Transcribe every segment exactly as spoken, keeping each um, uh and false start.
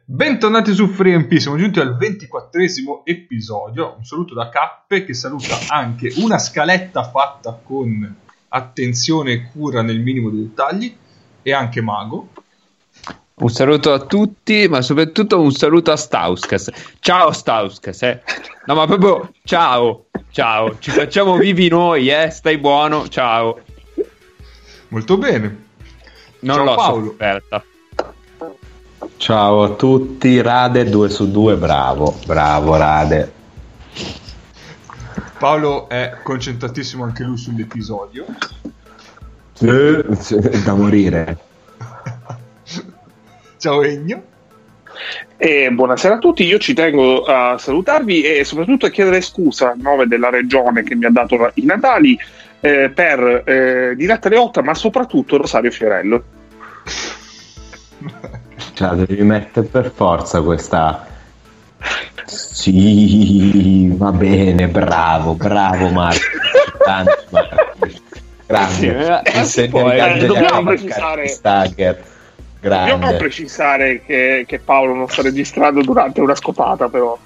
Bentornati su FreeMP, siamo giunti al ventiquattresimo episodio. Un saluto da Cappe che saluta anche una scaletta fatta con attenzione e cura nel minimo dei dettagli, e anche Mago. Un saluto a tutti, ma soprattutto un saluto a Stauskas. Ciao Stauskas, eh. No, ma proprio ciao, ciao. Ci facciamo vivi noi, eh. Stai buono, ciao. Molto bene. Non Ciao l'ho Paolo. sofferta. Ciao a tutti, Rade due su due, bravo, bravo Rade. Paolo è concentratissimo anche lui sull'episodio. Eh, da morire. Ciao Egno. E buonasera a tutti, io ci tengo a salutarvi e soprattutto a chiedere scusa a nome della regione che mi ha dato i Natali eh, per eh, Diretta Leotta, ma soprattutto Rosario Fiorello. Cioè, devi mettere per forza questa. Sì, va bene, bravo, bravo Marco. Grande. Sì, poi, eh, dobbiamo precisare Stagger. Grande. Dobbiamo precisare che, che Paolo non sta registrando durante una scopata, però.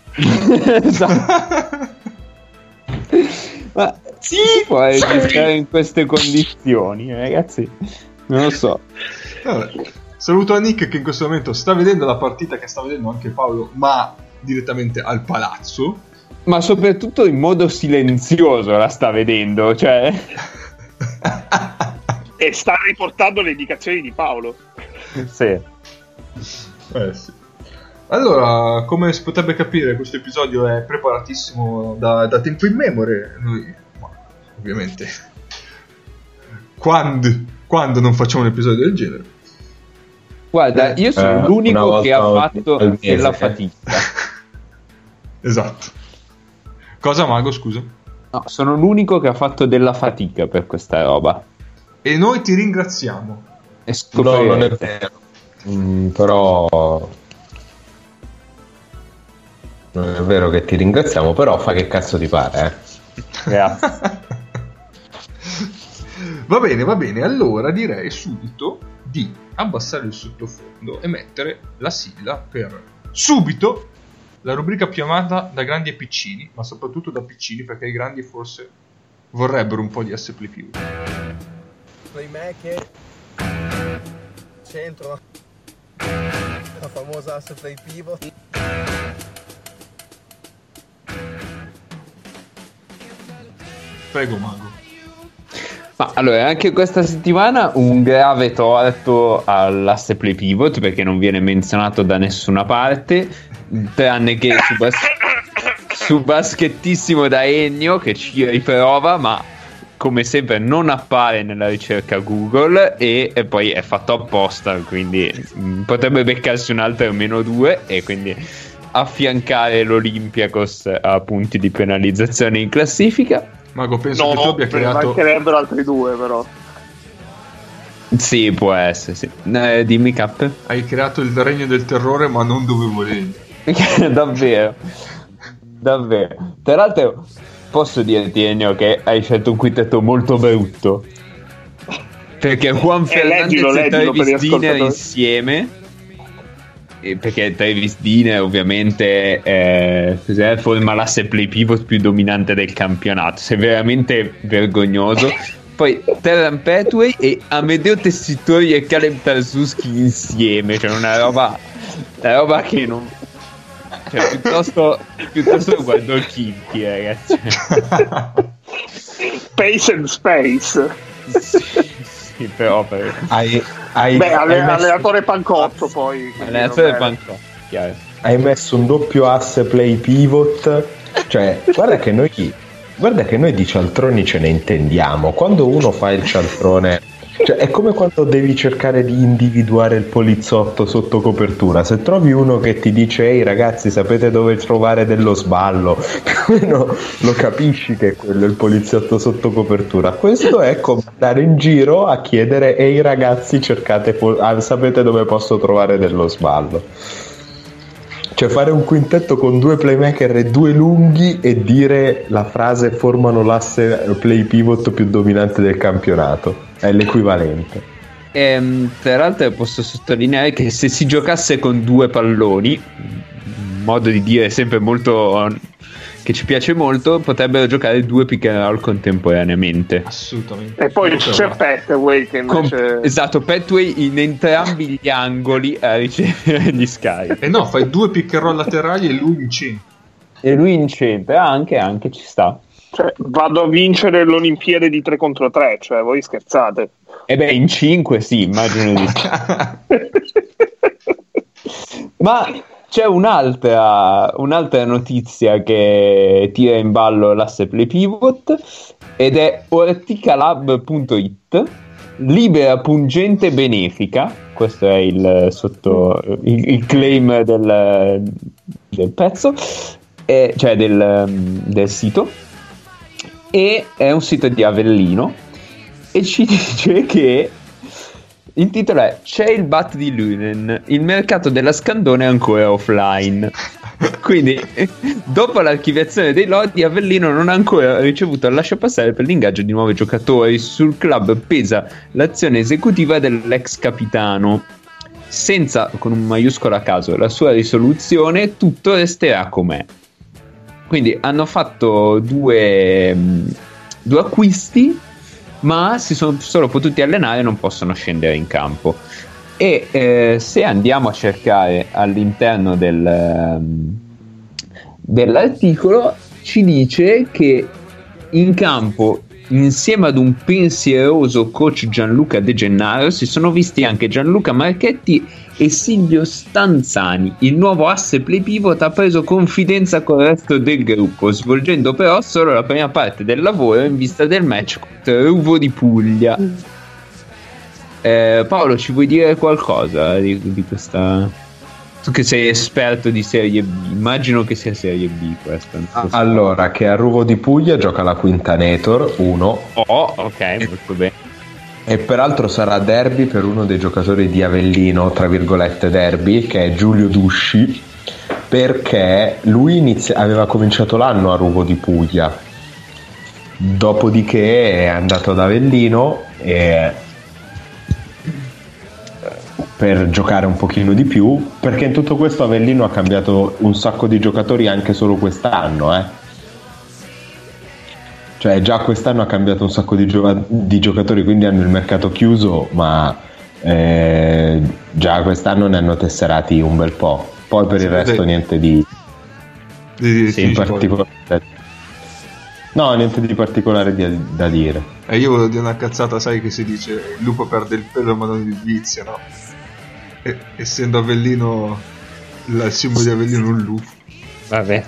Ma sì, puoi registrare in queste condizioni, ragazzi. Non lo so. Vabbè. Saluto a Nick che in questo momento sta vedendo la partita che sta vedendo anche Paolo, ma direttamente al palazzo. Ma soprattutto in modo silenzioso la sta vedendo, cioè. E sta riportando le indicazioni di Paolo. Sì. Eh sì. Allora, come si potrebbe capire, questo episodio è preparatissimo da, da tempo immemore. Noi, ma, ovviamente, quando, quando non facciamo un episodio del genere? Guarda, io sono eh, l'unico che ha fatto mese, della eh. fatica. Esatto. Cosa, Mago, scusa? No, sono l'unico che ha fatto della fatica per questa roba. E noi ti ringraziamo. E No, non è scoprirete. vero. Mm, però non è vero che ti ringraziamo, però fa che cazzo ti pare, eh? Grazie. Va bene, va bene. Allora direi subito di abbassare il sottofondo e mettere la sigla per subito la rubrica più amata da grandi e piccini, ma soprattutto da piccini, perché i grandi forse vorrebbero un po' di S Play più. Playmaker, centro, la famosa asse play pivot. Prego, Mago. Ma allora, anche questa settimana un grave torto all'asse play pivot, perché non viene menzionato da nessuna parte, tranne che su, bas- su baschettissimo da Ennio che ci riprova, ma come sempre non appare nella ricerca Google e, e poi è fatto apposta, quindi mh, potrebbe beccarsi un altro meno due e quindi affiancare l'Olympiakos a punti di penalizzazione in classifica. Mago, penso No, che tu abbia ne creato... mancherebbero altri due, però. Sì, può essere, sì. Eh, dimmi Cap. Hai creato il regno del terrore, ma non dove volevi. Davvero, davvero. Tra l'altro, posso dirti, Ennio, che hai scelto un quintetto molto brutto. Perché Juan Fernandez leggilo, e leggilo per gli Travis Diner ascoltatori. insieme. E perché Travis Diner ovviamente eh, cos'è, forma l'asse play pivot più dominante del campionato. Sei veramente vergognoso. Poi Terran Petway e Amedeo Tessitori e Caleb Tarzuski insieme, cioè una roba, una roba che non, cioè piuttosto piuttosto guardo il Kinky, ragazzi. Pace and Space. Sì, sì, però per... Hai, hai, Beh, alle- hai messo- allenatore pancotto poi. quindi allenatore vabbè. Pancò, chiaro. hai messo un doppio asse play pivot, cioè guarda che noi guarda che noi di cialtroni ce ne intendiamo. Quando uno fa il cialtrone, cioè è come quando devi cercare di individuare il poliziotto sotto copertura. Se trovi uno che ti dice ehi ragazzi, sapete dove trovare dello sballo, più o meno lo capisci che è quello il poliziotto sotto copertura. Questo è come andare in giro a chiedere ehi ragazzi, cercate po- ah, sapete dove posso trovare dello sballo. Cioè fare un quintetto con due playmaker e due lunghi e dire la frase formano l'asse play pivot più dominante del campionato è l'equivalente. ehm, tra l'altro posso sottolineare che se si giocasse con due palloni, un modo di dire sempre molto che ci piace molto, potrebbero giocare due pick and roll contemporaneamente. Assolutamente. E poi c'è Petway che invece... Com- esatto, Petway in entrambi gli angoli a ricevere gli scarichi. E no, fai due pick and roll laterali e lui in centro. E lui in centro, anche, anche ci sta. Cioè, vado a vincere l'Olimpiade di tre contro tre, cioè voi scherzate. E beh, in cinque sì, immagino di sì. Ma c'è un'altra, un'altra notizia che tira in ballo l'asse play pivot ed è orticalab punto it, libera, pungente, benefica. Questo è il, sotto, il, il claim del, del pezzo, e, cioè del, del sito, e è un sito di Avellino e ci dice che il titolo è "C'è il bat di Lunen, il mercato della Scandone è ancora offline". Quindi dopo l'archiviazione dei lodi, Avellino non ha ancora ricevuto il lasciapassare per l'ingaggio di nuovi giocatori. Sul club pesa l'azione esecutiva dell'ex capitano. Senza, con un maiuscolo a caso, la sua risoluzione, tutto resterà com'è. Quindi hanno fatto due, due acquisti, ma si sono solo potuti allenare e non possono scendere in campo. E eh, se andiamo a cercare all'interno del, dell'articolo, ci dice che in campo, insieme ad un pensieroso coach Gianluca De Gennaro, si sono visti anche Gianluca Marchetti e Silvio Stanzani. Il nuovo asse play pivot ha preso confidenza con il resto del gruppo, svolgendo però solo la prima parte del lavoro in vista del match contro Ruvo di Puglia. Eh, Paolo, ci vuoi dire qualcosa di, di questa? Tu che sei esperto di Serie B, immagino che sia Serie B questa. So. Allora, che a Ruvo di Puglia gioca la Quintanetor uno. Oh, ok, molto bene. E peraltro sarà derby per uno dei giocatori di Avellino, tra virgolette derby, che è Giulio Dusci, perché lui inizia- aveva cominciato l'anno a Ruvo di Puglia, dopodiché è andato ad Avellino e... per giocare un pochino di più, perché in tutto questo Avellino ha cambiato un sacco di giocatori anche solo quest'anno, eh. Cioè già quest'anno ha cambiato un sacco di, gio- di giocatori, quindi hanno il mercato chiuso, ma eh, già quest'anno ne hanno tesserati un bel po'. Poi per il resto niente di, di, sì, di particolare. No, niente di particolare di, da dire. E io volevo dire una cazzata, sai che si dice il lupo perde il pelo ma non il vizio, no? E, essendo Avellino il simbolo di Avellino un lupo. Vabbè.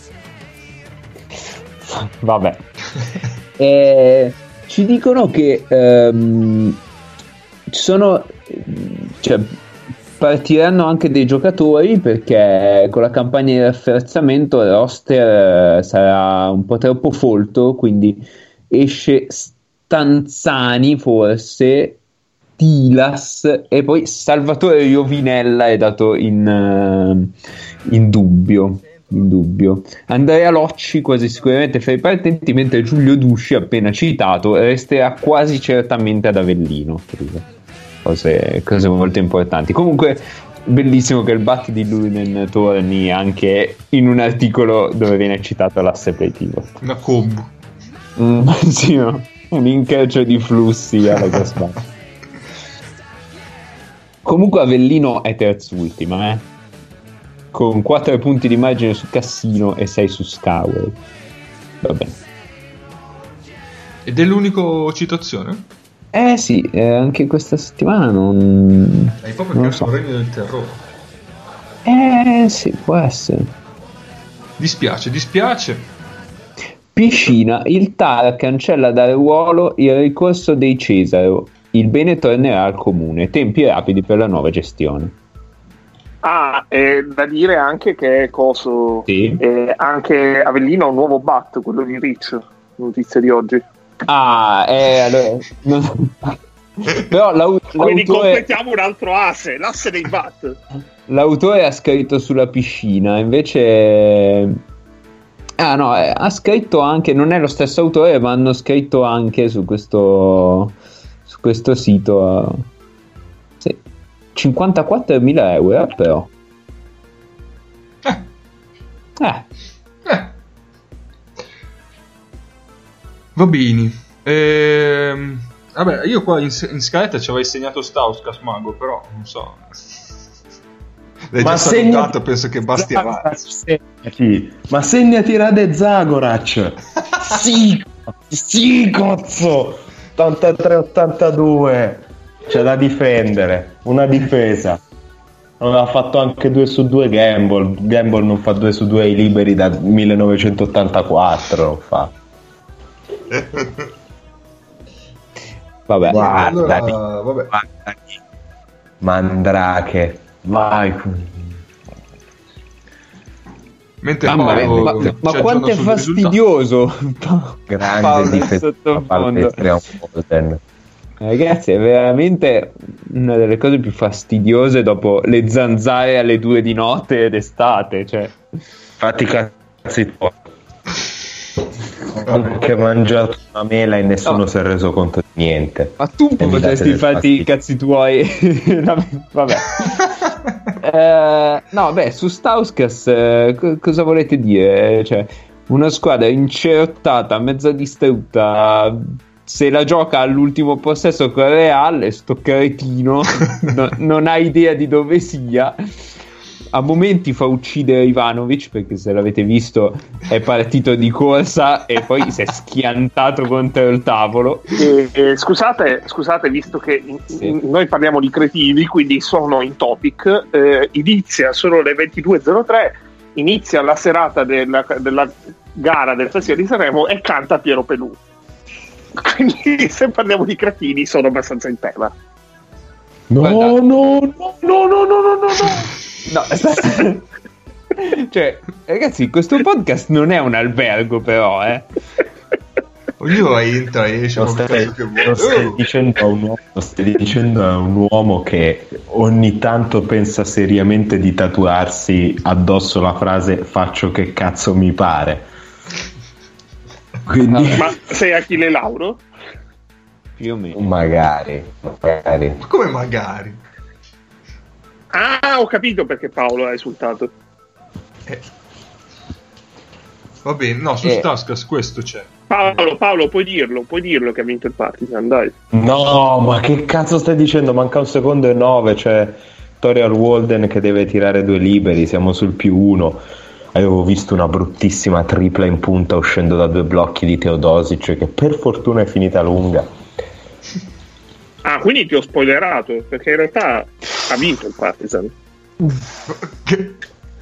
Vabbè. eh, ci dicono che ehm, ci sono, cioè, partiranno anche dei giocatori, perché con la campagna di rafforzamento il roster eh, sarà un po' troppo folto, quindi esce Stanzani forse, Tilas, e poi Salvatore Iovinella è dato in, uh, in dubbio in dubbio Andrea Locci quasi sicuramente fra i partenti, mentre Giulio Dusci, appena citato, resterà quasi certamente ad Avellino. Cose, cose molto importanti. Comunque bellissimo che il bat di Lunen torni anche in un articolo dove viene citato l'asse play pivot. Una combo. Mm, sì, no? Un incrocio di flussi alla Gasparri. Comunque Avellino è terzultima, eh? Con quattro punti di margine su Cassino e sei su Scouer. Va bene. Ed è l'unico citazione? Eh sì, eh, anche questa settimana non... Hai proprio non creato so. un regno del terrore. Eh sì, può essere. Dispiace, dispiace. Piscina, il T A R cancella dal ruolo il ricorso dei Cesaro. Il bene tornerà al comune. Tempi rapidi per la nuova gestione. Ah, è da dire anche che coso, Sì. eh, anche Avellino ha un nuovo bat, quello di Rich, notizia di oggi. Ah, eh, allora... non- Però l'au- Quindi l'autore... completiamo un altro asse, l'asse dei bat. L'autore ha scritto sulla piscina, invece... Ah no, eh, ha scritto anche, non è lo stesso autore, ma hanno scritto anche su questo, su questo sito, cinquantaquattromila euro però. Eh. Eh. Eh. Va bene. Ehm, vabbè, io qua in, in scaletta ci avevo segnato Stauskas Mago, però non so. L'hai Ma già segna- salutato, penso che basti avanti. Segnati. Ma segnati Rade Zagorac. Sì, sì, cazzo. ottantatré ottantadue. C'è da difendere. Una difesa. Aveva fatto anche due su due Gamble. Gamble non fa due su due ai liberi dal millenovecentottantaquattro. Non fa. Vabbè. Guarda, allora, lì. vabbè. Guarda lì. Mandrake. Vai. Mentre Mamma mia, Paolo ma, ci ma aggiorna quanto è sul risultato. fastidioso. Grande Paolo difesa. sottofondo. Ragazzi, è veramente una delle cose più fastidiose dopo le zanzare alle due di notte d'estate. Cioè, Fatti cazzi tuoi. Ho anche mangiato una mela e nessuno No. si è reso conto di niente. ma tu E mi date potresti del farti i fastidio. cazzi tuoi. Vabbè. Eh, no, beh, su Stauskas eh, co- cosa volete dire? Cioè, una squadra incerottata, mezza distrutta, se la gioca all'ultimo possesso con il Real, sto cretino no- non ha idea di dove sia. A momenti fa uccidere Ivanovic, perché se l'avete visto è partito di corsa e poi si è schiantato contro il tavolo. Eh, eh, scusate, scusate, visto che in- Sì. in- noi parliamo di cretini, quindi sono in topic. Eh, inizia, sono le ventidue e zero tre, inizia la serata della, della gara del Festival di Sanremo e canta Piero Pelù. Quindi se parliamo di cretini sono abbastanza in tema. No, Guarda. no, no, no, no, no, no, no. No, aspetta. Cioè, ragazzi, questo podcast non è un albergo, però, eh. Ognuno entra e esce Lo come stai, cazzo che lo vuole. stai Oh! dicendo a un uomo, lo stai dicendo a un uomo che ogni tanto pensa seriamente di tatuarsi addosso la frase faccio che cazzo mi pare. Quindi Ma sei Achille Lauro? Più o meno. magari, magari. Ma come magari? Ah, ho capito perché Paolo ha esultato. Eh. Va bene, no, su Eh. Stauskas questo c'è. Paolo, Paolo, puoi dirlo, puoi dirlo che ha vinto il Partizan, dai. No, ma che cazzo stai dicendo? Manca un secondo e nove, c'è Toriel Walden che deve tirare due liberi, siamo sul più uno. Avevo visto una bruttissima tripla in punta uscendo da due blocchi di Teodosic che per fortuna è finita lunga. Ah, quindi ti ho spoilerato, perché in realtà ha vinto il Partizan. Che...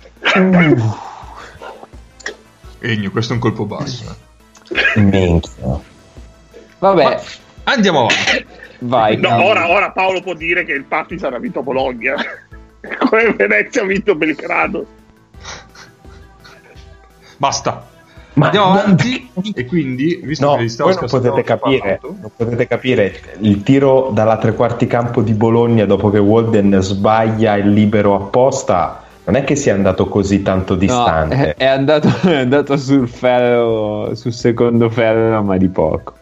Egno, questo è un colpo basso. eh. Minchia. Vabbè, Ma andiamo avanti. vai. No, Cavolo. ora, ora Paolo può dire che il Partizan ha vinto Bologna. Come Venezia ha vinto Belgrado. Basta. Ma Andiamo non- avanti. E quindi, visto No, che di voi non Stauskas potete abbiamo capire, parlato, non potete capire il tiro dalla tre quarti campo di Bologna dopo che Walden sbaglia il libero apposta, non è che sia andato così tanto No, distante. è, è andato, è andato sul ferro, sul secondo ferro, ma di poco.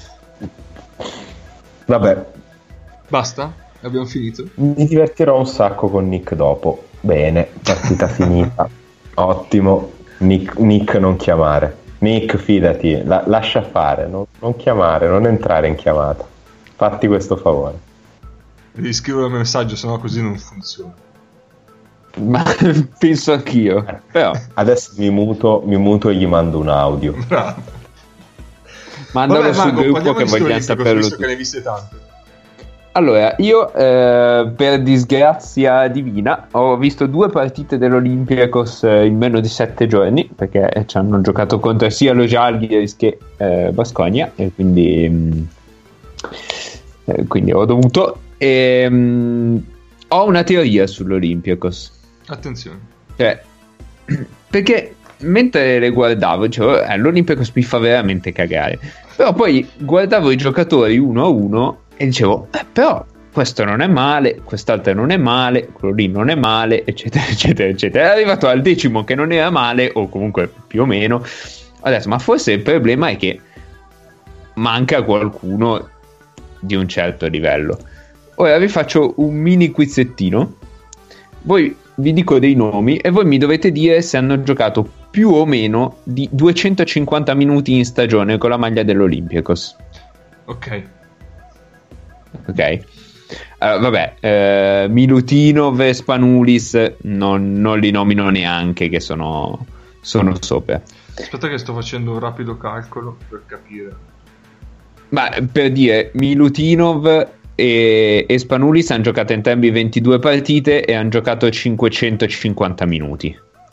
Vabbè, Basta? Abbiamo finito? mi divertirò un sacco con Nick dopo. Bene, partita finita. Ottimo. Nick, Nick non chiamare. Nick, fidati, la- lascia fare, non, non chiamare, non entrare in chiamata. Fatti questo favore. Devi scrivere un messaggio, sennò così non funziona. Ma penso anch'io. Però, Adesso mi muto, mi muto e gli mando un audio. Bravo. mandalo Vabbè, sul Marco, gruppo parliamo che di vogliamo Olimpico, saperlo visto che tutti. ne hai viste tante. Allora, io eh, per disgrazia divina ho visto due partite dell'Olympiakos eh, in meno di sette giorni, perché eh, ci hanno giocato contro sia lo Žalgiris che eh, Baskonia, e quindi, mh, eh, quindi ho dovuto. E, mh, ho una teoria sull'Olympiakos. Attenzione. Cioè, perché mentre le guardavo dicevo, eh, l'Olympiakos mi fa veramente cagare, però poi guardavo i giocatori uno a uno e dicevo, eh, però questo non è male, quest'altro non è male, quello lì non è male, eccetera eccetera eccetera. È arrivato al decimo che non era male, o comunque più o meno. Adesso, ma forse il problema è che manca qualcuno di un certo livello. Ora vi faccio un mini quizzettino. Voi vi dico dei nomi e voi mi dovete dire se hanno giocato più o meno di duecentocinquanta minuti in stagione con la maglia dell'Olympiakos. Ok. Ok. Uh, vabbè, uh, Milutinov e Spanulis non, non li nomino neanche, che sono, sono sopra. Aspetta che sto facendo un rapido calcolo per capire. Ma per dire, Milutinov e, e Spanulis hanno giocato entrambi ventidue partite e hanno giocato cinquecentocinquanta minuti.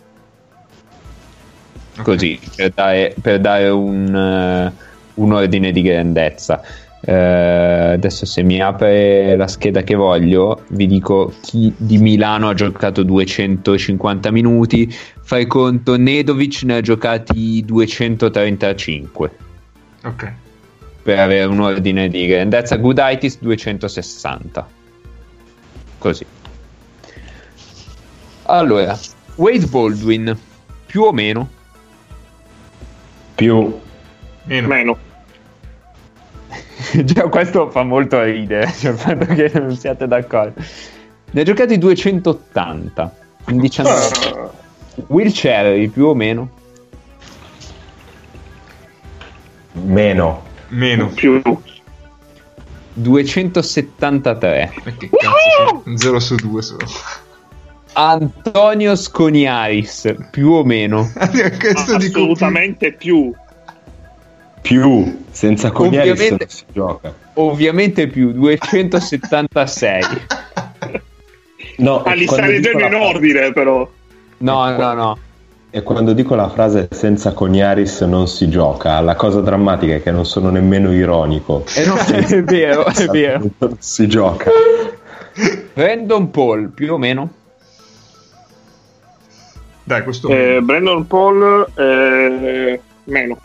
Okay. Così, per dare, per dare un, uh, un ordine di grandezza. Uh, adesso se mi apre la scheda che voglio vi dico chi di Milano ha giocato duecentocinquanta minuti. Fai conto, Nedovic ne ha giocati duecentotrentacinque, ok, per avere un ordine di grandezza. Gudaitis duecentosessanta, così. Allora, Wade Baldwin più o meno? Più. Meno. Meno. Già questo fa molto ridere, cioè il fatto che non siate d'accordo. Ne ha giocati duecentottanta in diciannove. Will Cherry più o meno? Meno. Meno. Più. duecentosettantatré. E che cazzo, un zero su due solo. Antonio Sconiaris più o meno? Questo dico Assolutamente più. Più. Senza Cognaris non Ovviamente, si gioca. ovviamente più, duecentosettantasei. No, Ah, li quando stai dico leggendo la in ordine, però. No, no, no. E quando dico la frase senza Cognaris non si gioca, la cosa drammatica è che non sono nemmeno ironico. Eh no, è vero, è vero. Non si gioca. Brandon Paul più o meno? Dai, questo Eh, Brandon Paul, eh, meno.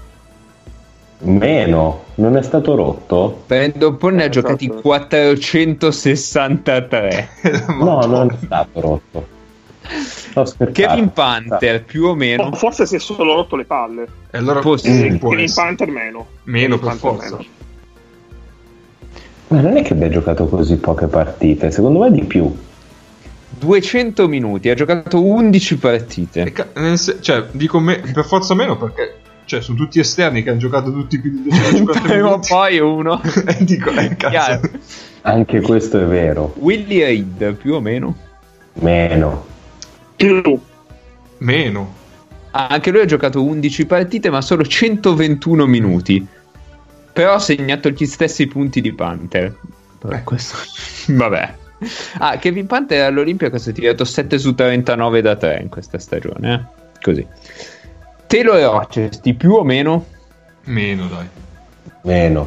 Meno? Non è stato rotto? Brandon Paul ne ha Esatto. giocati quattrocentosessantatré. No, non è stato rotto. Sto scherzando. Kevin Panther più o meno? O forse si è solo rotto le palle. E allora Forse. eh, può Kevin essere. Panther meno. Meno, Kevin per Panther forza. meno. Ma non è che abbia giocato così poche partite, secondo me di più. duecento minuti, ha giocato undici partite. E ca- nel se- cioè, dico me- per forza meno perché cioè, sono tutti esterni che hanno giocato tutti più di duecentocinquanta Prima o minuti. poi uno. E dico, eh, cazzo. Chiaro. Anche questo è vero. Willie Reid più o meno? Meno. Più. Meno. Ah, anche lui ha giocato undici partite ma solo centoventuno minuti, però ha segnato gli stessi punti di Panther. Vabbè, questo... Vabbè. Ah, Kevin Panther all'Olympiakos ha tirato sette su trentanove da tre in questa stagione, eh? Così. Taylor Rochester più o meno? Meno, dai. Meno.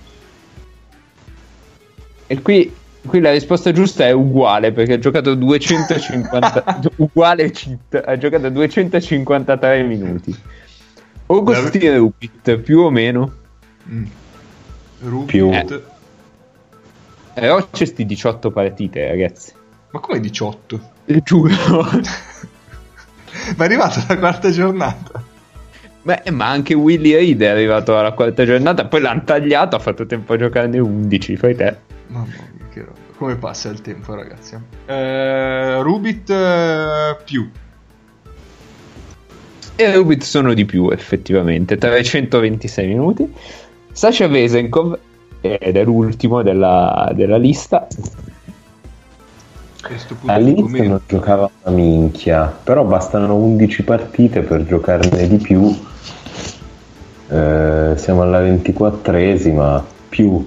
E qui, qui la risposta giusta è uguale, perché ha giocato duecentocinquanta uguale cheat, ha giocato duecentocinquantatré minuti. Augustin Rupit più o meno? Mm. Rubit. Più. Eh. Rochester diciotto partite, ragazzi. Ma come diciotto? Giuro. Ma è arrivato alla quarta giornata. Beh, ma anche Willie Reid è arrivato alla quarta giornata, poi l'hanno tagliato, ha fatto tempo a giocarne undici, fai te. Mamma mia, che roba. Come passa il tempo, ragazzi. Eh, Rubit eh, più. E Rubit sono di più, effettivamente, trecentoventisei minuti. Sasha Vesenkov, ed è l'ultimo della, della lista. Questo punto All'inizio meno. non giocava una minchia, però bastano undici partite per giocarne di più. Eh, siamo alla ventiquattresima, più.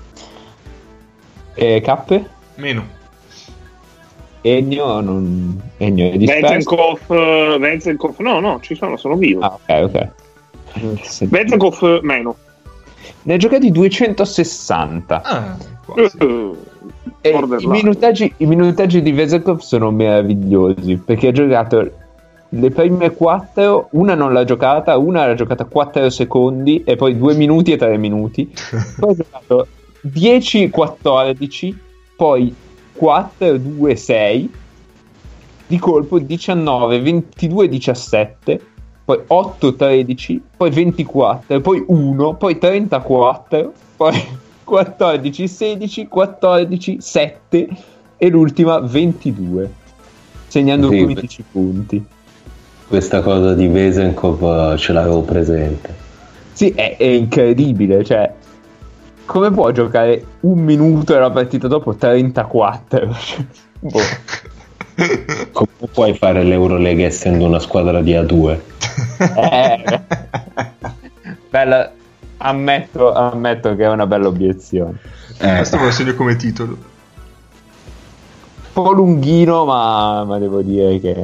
E Cappe? Meno. Ennio, non... Ennio è disperso. Vezenkov, eh, Vezenkov, no, no, ci sono, sono vivo. Ah, ok, ok. Vezenkov meno. Ne ha giocati duecentosessanta. Ah, quasi. Eh, E i borderline. minutaggi, i minutaggi di Vezenkov sono meravigliosi, perché ha giocato le prime quattro, una non l'ha giocata, una l'ha giocata quattro secondi e poi due minuti e tre minuti. Poi ha giocato dieci quattordici, poi quattro due sei, di colpo diciannove ventidue diciassette, poi otto tredici, poi ventiquattro, poi uno, poi trentaquattro, poi quattordici sedici, quattordici sette e l'ultima ventidue, segnando Sì, quindici punti. Questa cosa di Vesenkov ce l'avevo presente. Sì, è, è incredibile, cioè come può giocare un minuto e la partita dopo trentaquattro? Boh. Come puoi fare l'Eurolega essendo una squadra di A due? Eh, bella, ammetto, ammetto che è una bella obiezione. Eh, Questo me lo segno come titolo. Un po' lunghino, ma, ma devo dire che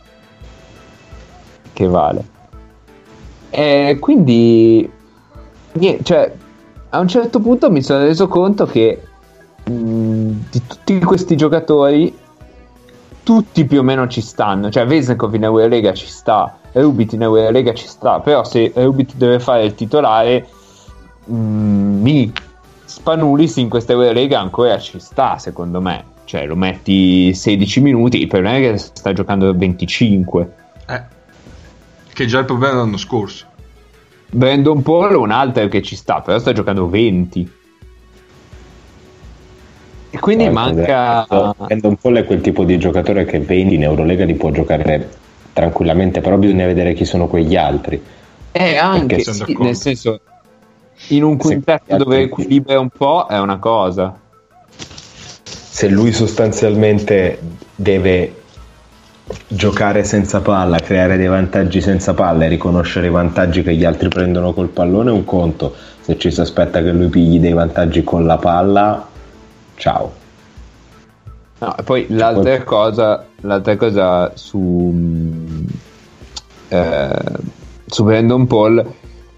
che vale. E quindi niente, cioè a un certo punto mi sono reso conto che mh, di tutti questi giocatori tutti più o meno ci stanno, cioè Vesenkov in Eurolega ci sta, Rubit in Eurolega ci sta, però se Rubit deve fare il titolare mh, mi Spanulis in questa Eurolega ancora ci sta, secondo me, cioè lo metti sedici minuti, il problema è che sta giocando venticinque. Eh, che è già il problema dell'anno scorso. Brandon Paul un altro che ci sta, però sta giocando venti. E quindi Poi, manca. Brandon Paul è quel tipo di giocatore che venti in Eurolega li può giocare tranquillamente, però bisogna vedere chi sono quegli altri. Eh, anche sono sì, d'accordo. nel senso, in un quintetto dove equilibra un po' è una cosa. Se lui sostanzialmente deve giocare senza palla, creare dei vantaggi senza palla e riconoscere i vantaggi che gli altri prendono col pallone è un conto. Se ci si aspetta che lui pigli dei vantaggi con la palla, ciao. No, e poi l'altra cosa, l'altra cosa su eh, su Brandon Paul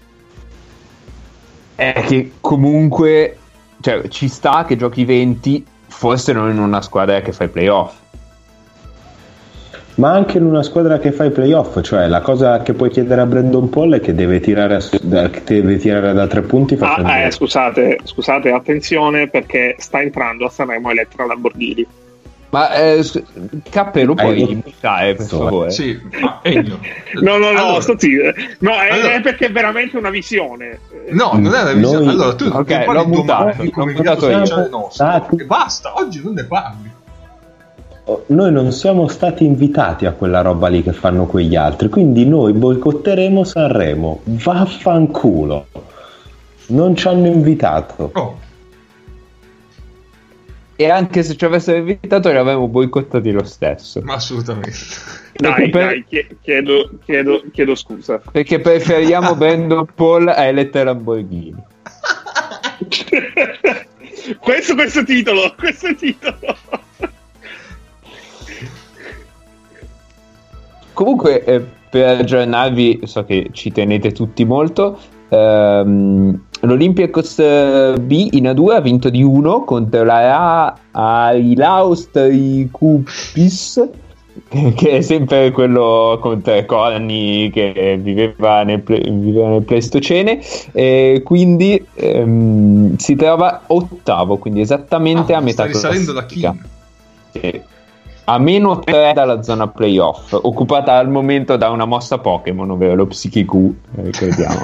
è che comunque, cioè, ci sta che giochi venti, forse non in una squadra che fa i playoff. Ma anche in una squadra che fa i playoff, cioè la cosa che puoi chiedere a Brandon Paul è che deve tirare, a, che deve tirare da tre punti facendo... Ah, eh, scusate, scusate, attenzione perché sta entrando a Sanremo Elettra Lamborghini. Ma eh, K lo puoi Hai- limitare, per favore? Sì, ma Ennio. No, no, no, Allora- sto zitto. No, è, Allora- è perché è veramente una visione. No, non è una visione. Noi- Allora, tu Ok, tu parli l'ho mutato, domani l'ho come mutato video io. sociale nostro. Stati- E basta, oggi non ne parli. Noi non siamo stati invitati a quella roba lì che fanno quegli altri, quindi noi boicotteremo Sanremo. Vaffanculo. Non ci hanno invitato. Oh, E anche se ci avessero invitato li avremmo boicottati lo stesso. ma assolutamente. Dai, Perché per- dai, chie- chiedo, chiedo, chiedo scusa. Perché preferiamo Brandon Paul a Eletta Lamborghini. questo, questo titolo, questo titolo. Comunque, eh, per aggiornarvi, so che ci tenete tutti molto, ehm, l'Olympiacos eh, B in A due ha vinto di uno contro la Ailaustri-Kupis, che è sempre quello contro Corni che viveva nel, ple- viveva nel Pleistocene, e quindi ehm, si trova ottavo, quindi esattamente Ah, a metà sta risalendo la classifica. King. Sì. A meno tre dalla zona playoff, occupata al momento da una mossa Pokémon, ovvero lo Psychic-Gu, eh, ricordiamo.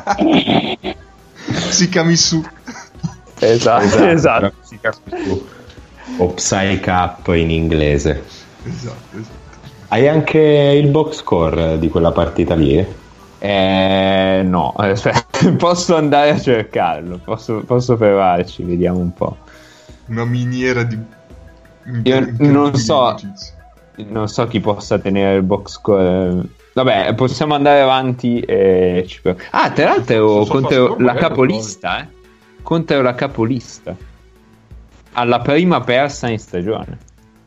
Si Kamisu. esatto, esatto. O Psych Up in inglese. Esatto, esatto. Hai anche il box score di quella partita lì? Eh, no, aspetta, posso andare a cercarlo, posso, posso provarci, vediamo un po'. Una miniera di... Io non so, notizie. non so chi possa tenere il box score. Vabbè, possiamo andare avanti e ci pro- Ah, tra l'altro So- so contro fast, la magari capolista, eh. Contro la capolista. Alla prima persa in stagione.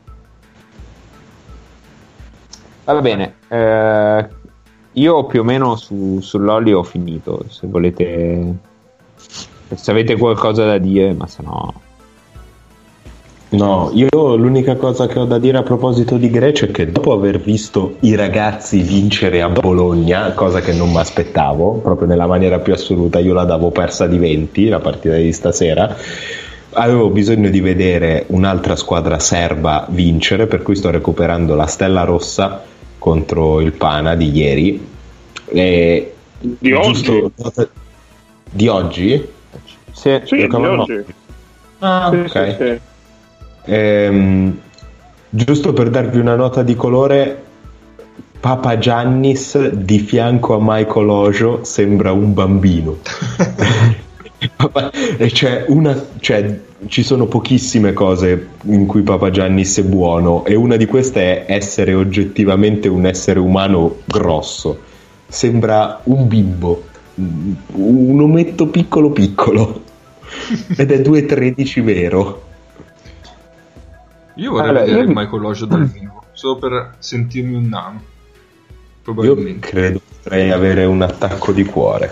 Va bene, eh, io più o meno su, sull'Olli ho finito, se volete, se avete qualcosa da dire, ma se no... No, io l'unica cosa che ho da dire a proposito di Grecia è che dopo aver visto i ragazzi vincere a Bologna, cosa che non mi aspettavo, proprio nella maniera più assoluta, io la davo persa di venti la partita di stasera, avevo bisogno di vedere un'altra squadra serba vincere, per cui sto recuperando la Stella Rossa contro il Pana di ieri. E Di giusto- oggi? Di oggi? Sì, Sì, di oggi. Ah, Sì, ok. sì, sì. Ehm, giusto per darvi una nota di colore, Papa Giannis di fianco a Michael Ojo sembra un bambino. E c'è una, cioè, ci sono pochissime cose in cui Papa Giannis è buono, e una di queste è essere oggettivamente un essere umano grosso. Sembra un bimbo, un ometto piccolo piccolo, ed è due tredici vero. Io vorrei Allora, vedere io- Michael Ojo dal vivo, solo per sentirmi un nano. Io Probabilmente. credo potrei avere un attacco di cuore.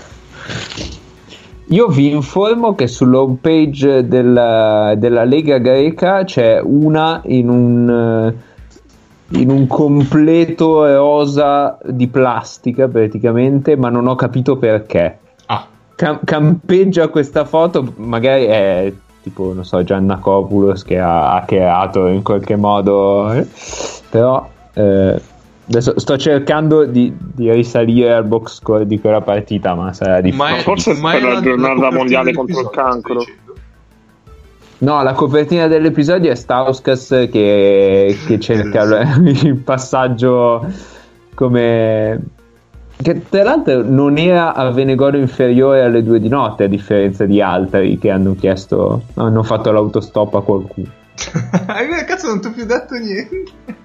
Io vi informo che sull'home page della, della Lega Greca c'è una in un, eh, in un completo rosa di plastica praticamente, ma non ho capito perché. Ah, Cam- campeggia questa foto, magari è tipo, non so, Giannakopoulos che ha hackerato in qualche modo, eh? Però eh, adesso sto cercando di, di risalire al box score di quella partita, ma sarà difficile. ma è, Forse ma per è la giornata copertina mondiale contro il dell'episodio, cancro. stai dicendo? No, la copertina dell'episodio è Stauskas che, che cerca il il passaggio come... che tra l'altro non era a Venegoro inferiore alle due di notte, a differenza di altri che hanno chiesto, hanno fatto l'autostop a qualcuno. Cazzo, non ti ho più detto niente.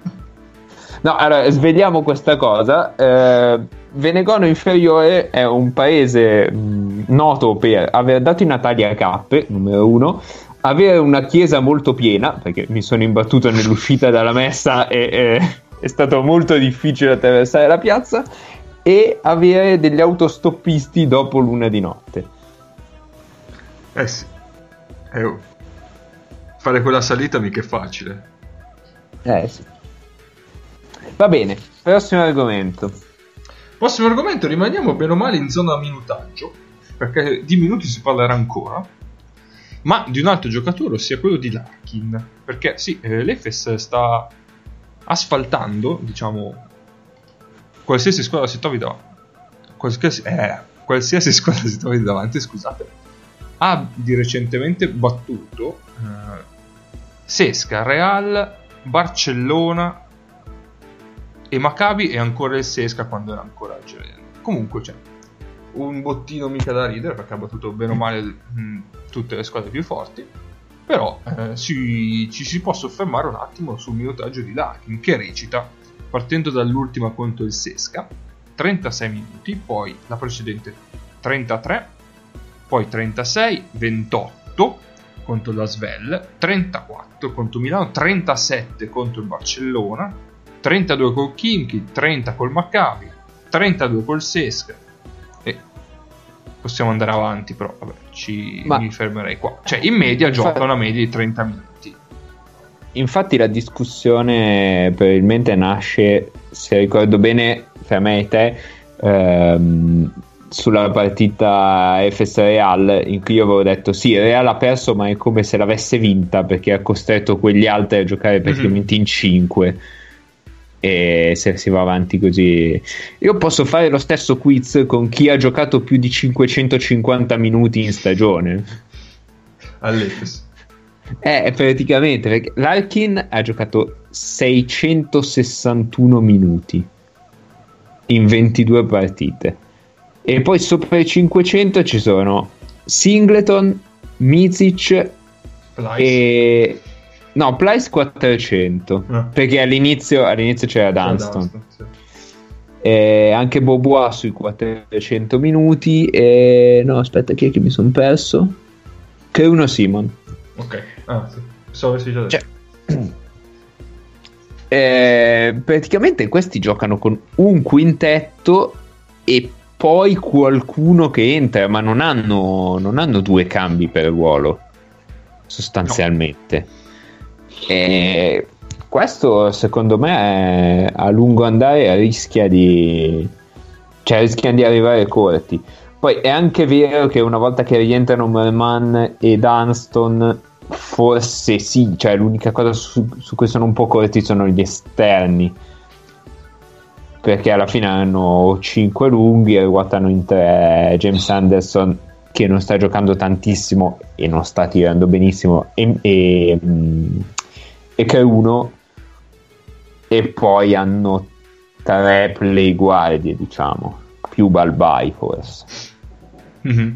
No, allora svegliamo questa cosa. eh, Venegono inferiore è un paese mh, noto per aver dato i natali a cappe, numero uno, avere una chiesa molto piena, perché mi sono imbattuto nell'uscita dalla messa e e è stato molto difficile attraversare la piazza, e avere degli autostoppisti dopo l'una di notte. Eh sì. Eh, oh. Fare quella salita mica è facile. Eh sì. Va bene, prossimo argomento. Prossimo argomento, rimaniamo bene o male in zona minutaggio, perché di minuti si parlerà ancora, ma di un altro giocatore, ossia quello di Larkin, perché sì, eh, l'Efes sta asfaltando, diciamo, qualsiasi squadra si trovi davanti, qualsiasi, eh, qualsiasi squadra si trovi davanti, scusate, ha di recentemente battuto eh, Sesca, Real, Barcellona e Maccabi, e ancora il Sesca quando era ancora algeriano. Comunque c'è un bottino mica da ridere, perché ha battuto bene o male mh, tutte le squadre più forti. Però eh, si, ci si può soffermare un attimo sul minutaggio di Larkin, che recita, partendo dall'ultima contro il Sesca, trentasei minuti, poi la precedente trentatré, poi trentasei, ventotto contro la Svel, trentaquattro contro Milano, trentasette contro il Barcellona, trentadue col Khimki, trenta col Maccabi, trentadue col Sesca, e possiamo andare avanti, però vabbè, ci, Ma- mi fermerei qua. Cioè in media gioca una media di trenta minuti. Infatti la discussione probabilmente nasce, se ricordo bene, tra me e te, ehm, sulla partita Efes Real, in cui io avevo detto sì, Real ha perso, ma è come se l'avesse vinta, perché ha costretto quegli altri a giocare praticamente in cinque, e se si va avanti così. Io posso fare lo stesso quiz con chi ha giocato più di cinquecentocinquanta minuti in stagione. All'Efes. Eh, praticamente, perché Larkin ha giocato seicentosessantuno minuti in ventidue partite, e poi sopra i cinquecento ci sono Singleton, Micic Plyce. e no, Plyce quattrocento, Ah. perché all'inizio, all'inizio c'era C'era Dunston. Dunston, sì. E anche Bobois sui quattrocento minuti, e no, aspetta, chi è che mi sono perso? Che uno Simon. Ok, ah sì, so avessi già detto. Cioè, eh, praticamente questi giocano con un quintetto e poi qualcuno che entra, ma non hanno, non hanno due cambi per ruolo sostanzialmente. E questo secondo me è, a lungo andare rischia di, cioè rischiano di arrivare corti. Poi è anche vero che una volta che rientrano Merman e Dunston, forse sì, cioè l'unica cosa su, su cui sono un po' corti sono gli esterni, perché alla fine hanno cinque lunghi e ruotano in tre James Anderson che non sta giocando tantissimo e non sta tirando benissimo, e, e, e che è uno, e poi hanno tre play guardie, diciamo, più Balbai forse. Mm-hmm.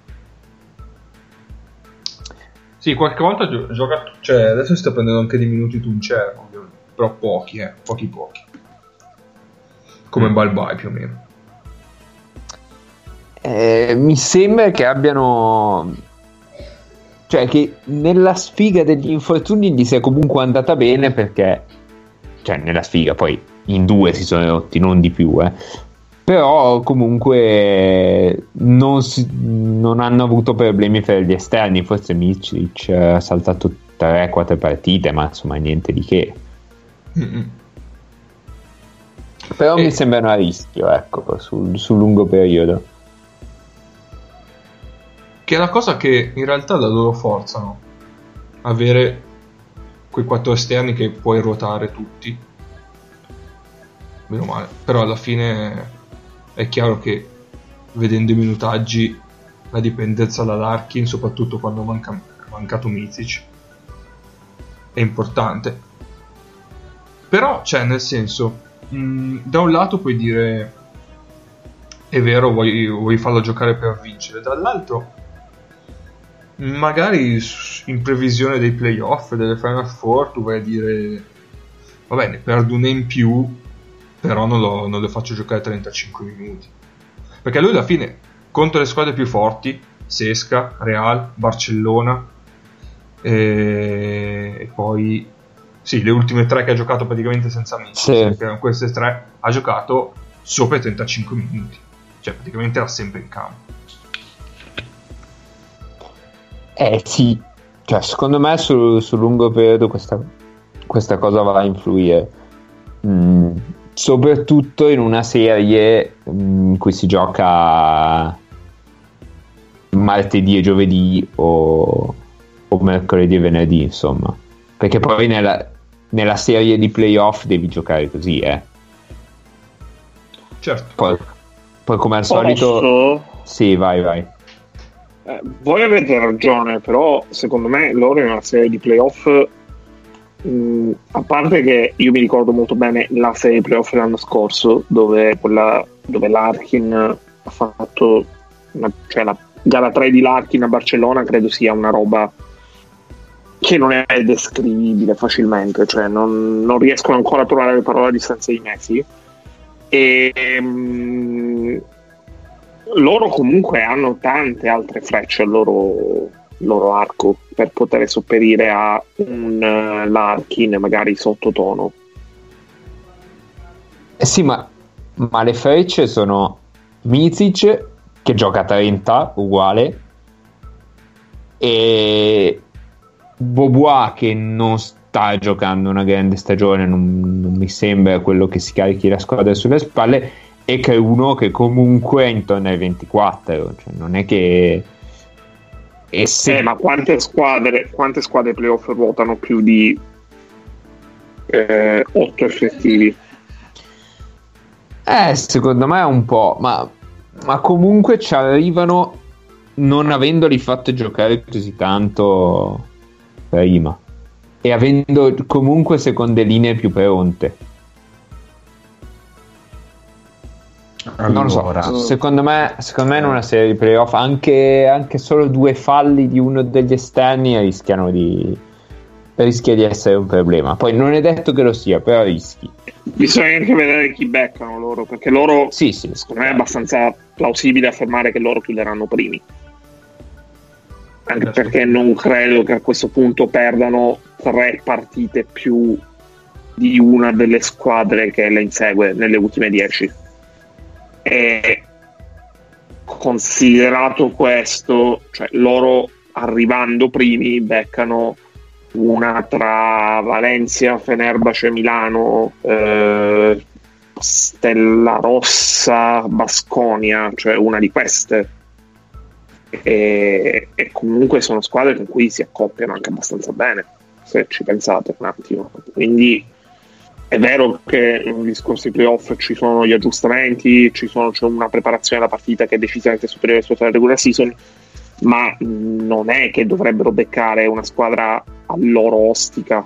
Sì, qualche volta gio- gioca, cioè adesso si sta prendendo anche dei minuti Tuncerno, però pochi, eh, pochi pochi. Come mm. Balbai più o meno. Eh, mi sembra che abbiano, cioè che nella sfiga degli infortuni gli sia comunque andata bene, perché cioè nella sfiga poi in due si sono rotti, non di più, eh. Però comunque non, si, non hanno avuto problemi per gli esterni. Forse Micic ha saltato tre quattro partite, ma insomma niente di che. Mm-mm. Però e... mi sembrano a rischio, ecco, sul, sul lungo periodo. Che è la cosa che in realtà dà loro forza, no? Avere quei quattro esterni che puoi ruotare tutti, meno male. Però alla fine è chiaro che vedendo i minutaggi la dipendenza da Larkin, soprattutto quando manca, è mancato Micic, è importante. Però cioè nel senso, mh, da un lato puoi dire è vero, vuoi, vuoi farlo giocare per vincere, dall'altro magari in previsione dei playoff, delle Final Four, tu vai a dire va bene, perdo una in più, però non lo, non lo faccio giocare trentacinque minuti, perché lui alla fine contro le squadre più forti, Sesca, Real, Barcellona e, e poi sì, le ultime tre che ha giocato praticamente senza Micic, sì. Perché erano queste tre, ha giocato sopra i trentacinque minuti, cioè praticamente era sempre in campo. Eh sì, cioè secondo me sul, sul lungo periodo questa, questa cosa va a influire, mm, soprattutto in una serie mm, in cui si gioca martedì e giovedì o, o mercoledì e venerdì, insomma, perché poi nella, nella serie di playoff devi giocare così, eh. Certo. Poi, poi come al Posso? solito, sì, vai, vai. Eh, voi avete ragione, però secondo me loro in una serie di playoff, mh, a parte che io mi ricordo molto bene la serie di playoff l'anno scorso, dove, quella, dove Larkin ha fatto una, cioè la gara tre di Larkin a Barcellona, credo sia una roba che non è descrivibile facilmente, cioè non, non riescono ancora a trovare le parole a distanza di mesi. E mh, loro comunque hanno tante altre frecce al loro, loro arco per poter sopperire a un uh, Larkin magari sottotono. Eh sì, ma, ma le frecce sono Micic che gioca a trenta uguale, e Bobois che non sta giocando una grande stagione, non, non mi sembra quello che si carichi la squadra sulle spalle, e che è uno che comunque è intorno ai ventiquattro, cioè non è che e se... eh, ma quante squadre quante squadre playoff ruotano più di eh, otto effettivi? Eh, secondo me è un po', ma, ma comunque ci arrivano non avendoli fatto giocare così tanto prima e avendo comunque seconde linee più pronte. Allora, non lo so, secondo me, secondo me in una serie di playoff anche, anche solo due falli di uno degli esterni rischiano di rischia di essere un problema. Poi non è detto che lo sia, però rischi. Bisogna anche vedere chi beccano loro, perché loro sì, sì, secondo me è abbastanza plausibile affermare che loro chiuderanno primi, anche perché non credo che a questo punto perdano tre partite più di una delle squadre che le insegue nelle ultime dieci. E considerato questo, cioè loro arrivando primi beccano una tra Valencia, Fenerbahce, Milano, eh, Stella Rossa, Baskonia, cioè una di queste, e, e comunque sono squadre con cui si accoppiano anche abbastanza bene, se ci pensate un attimo. Quindi è vero che nei discorsi playoff ci sono gli aggiustamenti, ci sono, c'è una preparazione della partita che è decisamente superiore rispetto alla regular season, ma non è che dovrebbero beccare una squadra a loro ostica.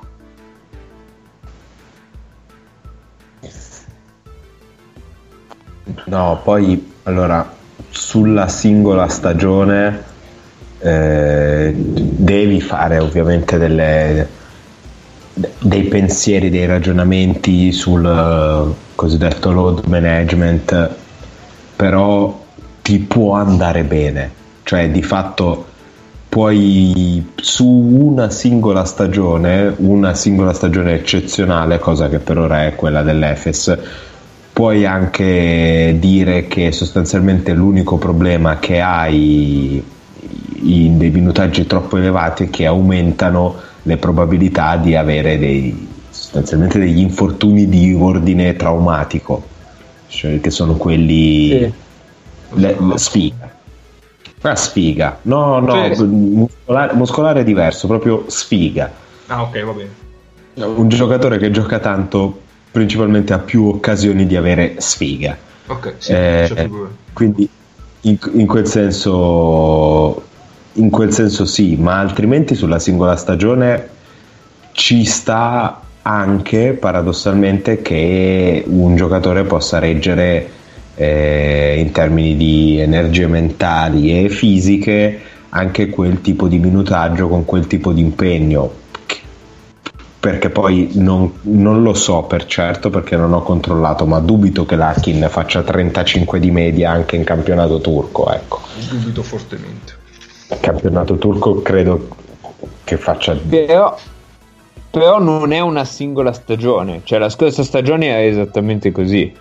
No, poi allora sulla singola stagione eh, devi fare ovviamente delle, dei pensieri, dei ragionamenti sul uh, cosiddetto load management, però ti può andare bene, cioè di fatto puoi su una singola stagione, una singola stagione eccezionale, cosa che per ora è quella dell'Efes, puoi anche dire che sostanzialmente l'unico problema che hai in dei minutaggi troppo elevati è che aumentano le probabilità di avere dei sostanzialmente degli infortuni di ordine traumatico, cioè che sono quelli Sì. le, le sfiga. Ma sfiga, no, no, Sì. muscolare, muscolare è diverso, proprio sfiga. Ah, ok, va bene. Un giocatore che gioca tanto principalmente ha più occasioni di avere sfiga. Ok, sì, Eh, c'è più- quindi in, in quel senso in quel senso sì, ma altrimenti sulla singola stagione ci sta anche paradossalmente che un giocatore possa reggere eh, in termini di energie mentali e fisiche anche quel tipo di minutaggio con quel tipo di impegno, perché poi non, non lo so per certo perché non ho controllato, ma dubito che Larkin faccia trentacinque di media anche in campionato turco, ecco. dubito fortemente. Il campionato turco credo che faccia Però, però non è una singola stagione, cioè la scorsa stagione era esattamente così.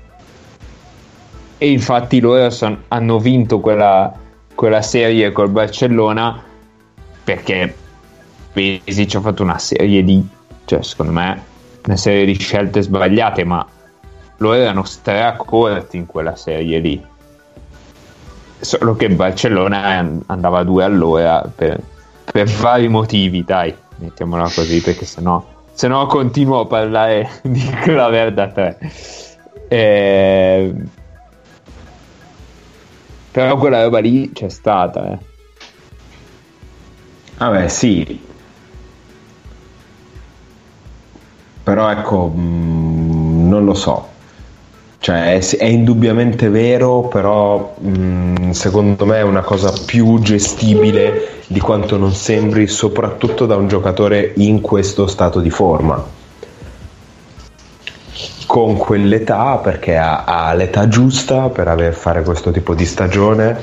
E infatti loro son, hanno vinto quella, quella serie col Barcellona perché Pesic ha fatto una serie di, cioè secondo me una serie di scelte sbagliate, ma loro erano stracorti in quella serie lì, solo che Barcellona andava a due all'ora per, per vari motivi, dai, mettiamola così, perché sennò sennò continuo a parlare di Claver da tre. Eh, però quella roba lì c'è stata, eh. vabbè sì, però ecco mh, non lo so, cioè è, è indubbiamente vero, però mh, secondo me è una cosa più gestibile di quanto non sembri, soprattutto da un giocatore in questo stato di forma, con quell'età, perché ha, ha l'età giusta per aver, fare questo tipo di stagione,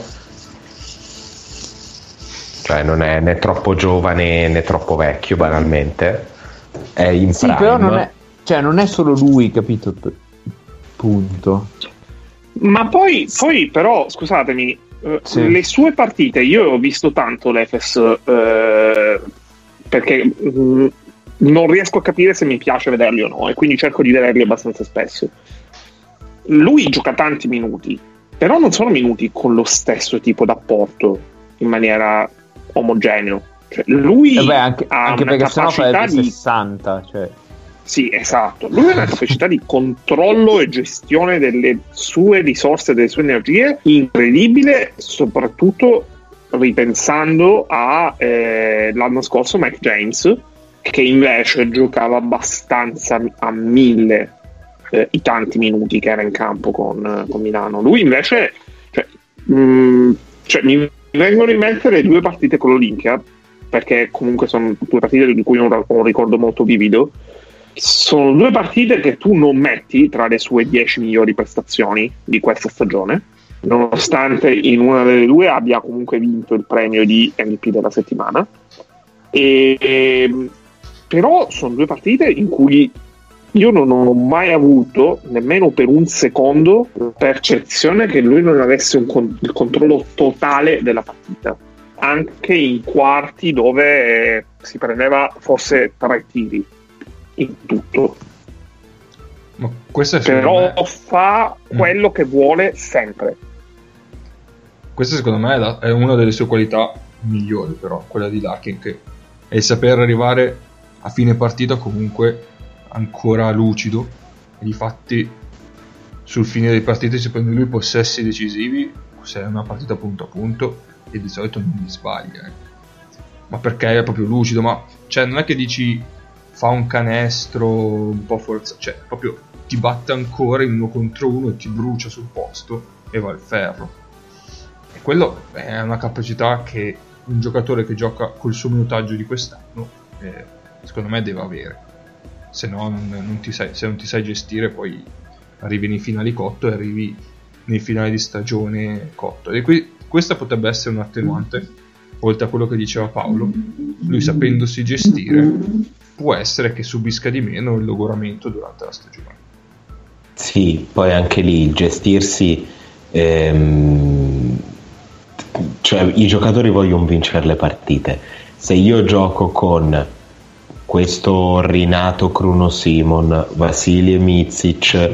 cioè non è né troppo giovane né troppo vecchio, banalmente è in Sì, prime. però non è, cioè non è solo lui, capito? P- punto. Ma poi, poi però, scusatemi, eh, Sì. le sue partite, io ho visto tanto l'Efes eh, perché mh, non riesco a capire se mi piace vederli o no, e quindi cerco di vederli abbastanza spesso. Lui gioca tanti minuti, però non sono minuti con lo stesso tipo d'apporto in maniera omogeneo. Cioè, lui Eh beh, anche, ha anche una perché sennò capacità farebbe di sessanta, cioè. Sì, esatto. Lui ha una capacità di controllo e gestione delle sue risorse, delle sue energie incredibile, soprattutto ripensando a eh, l'anno scorso Mike James, che invece giocava abbastanza a mille eh, i tanti minuti che era in campo con, con Milano. Lui invece, cioè, mh, cioè, mi vengono in mente le due partite con l'Olimpia, perché comunque sono due partite di cui ho un ricordo molto vivido. Sono due partite che tu non metti tra le sue dieci migliori prestazioni di questa stagione, nonostante in una delle due abbia comunque vinto il premio di M V P della settimana. E, e, però sono due partite in cui io non ho mai avuto nemmeno per un secondo percezione che lui non avesse un con- il controllo totale della partita, anche in quarti dove eh, si prendeva forse tre tiri in tutto, Ma questo è secondo però me, fa quello che vuole sempre. questa secondo me è, la- è una delle sue qualità migliori, però quella di Larkin, che è il saper arrivare a fine partita comunque ancora lucido, e difatti sul fine delle partite si prende lui possessi decisivi, se è una partita punto a punto e di solito non li sbaglia, eh. Ma perché è proprio lucido, ma cioè non è che dici fa un canestro un po' forzato, cioè proprio ti batte ancora in uno contro uno e ti brucia sul posto e va al ferro. E quello è una capacità che un giocatore che gioca col suo minutaggio di quest'anno eh, secondo me deve avere, se no non, non ti sai, se non ti sai gestire poi arrivi nei finali cotto e arrivi nei finali di stagione cotto. E qui questa potrebbe essere un attenuante, oltre a quello che diceva Paolo. Lui sapendosi gestire può essere che subisca di meno il logoramento durante la stagione. Sì, poi anche lì il gestirsi, ehm, cioè i giocatori vogliono vincere le partite. Se io gioco con questo rinato Kruno Simon, Vasilije Micic,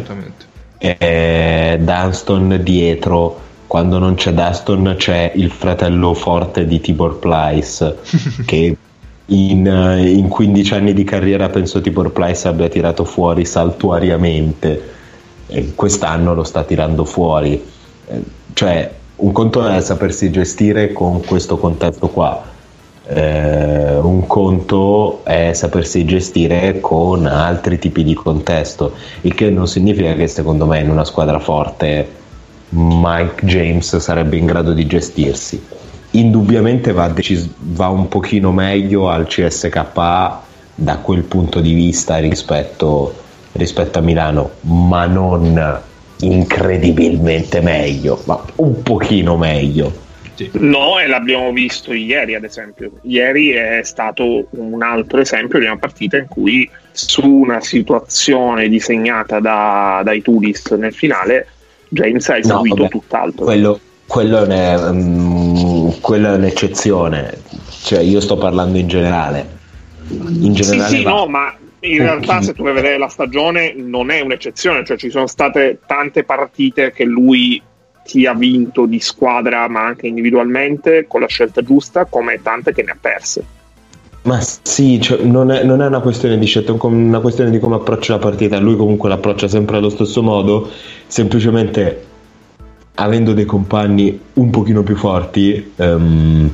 e Dunston dietro, quando non c'è Dunston c'è il fratello forte di Tibor Pleiss che in, in quindici anni di carriera penso Tibor Pleiss abbia tirato fuori saltuariamente, e quest'anno lo sta tirando fuori. Eh, cioè un conto è sapersi gestire con questo contesto qua, eh, un conto è sapersi gestire con altri tipi di contesto, il che non significa che secondo me in una squadra forte Mike James sarebbe in grado di gestirsi. Indubbiamente va, decis- va un pochino meglio al C S K A da quel punto di vista rispetto, rispetto a Milano, ma non incredibilmente meglio, ma un pochino meglio. Sì. No, e l'abbiamo visto ieri, ad esempio. Ieri è stato un altro esempio di una partita in cui su una situazione disegnata da, dai Tudis nel finale James ha eseguito no, tutt'altro. Quello, quello, è, um, quello è un'eccezione, cioè io sto parlando in generale. In generale sì, sì, va. no, ma in realtà se tu vai a vedere la stagione non è un'eccezione, cioè ci sono state tante partite che lui ti ha vinto di squadra ma anche individualmente con la scelta giusta, come tante che ne ha perse. Ma sì, cioè, non, è, non è una questione di scelta, è una questione di come approccia la partita. Lui comunque l'approccia sempre allo stesso modo, semplicemente avendo dei compagni un pochino più forti, um,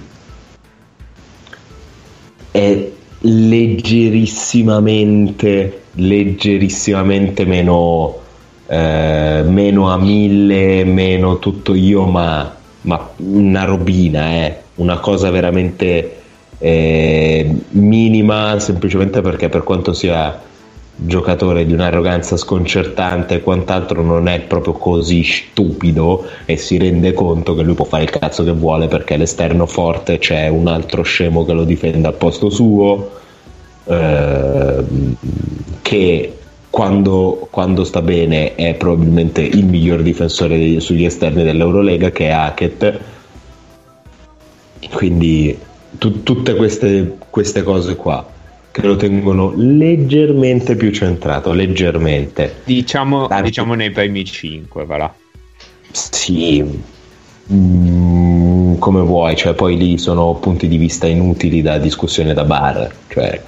è leggerissimamente leggerissimamente meno eh, meno a mille, meno tutto io, ma, ma una robina, eh, una cosa veramente eh, minima, semplicemente perché per quanto sia giocatore di un'arroganza sconcertante e quant'altro, non è proprio così stupido e si rende conto che lui può fare il cazzo che vuole perché all'esterno forte c'è un altro scemo che lo difende al posto suo, eh, che quando, quando sta bene è probabilmente il miglior difensore sugli esterni dell'Eurolega, che è Hackett. Quindi tu, tutte queste, queste cose qua che lo tengono leggermente più centrato, leggermente, diciamo, diciamo nei primi cinque, va là. Sì, mm, come vuoi, cioè poi lì sono punti di vista inutili da discussione da bar, cioè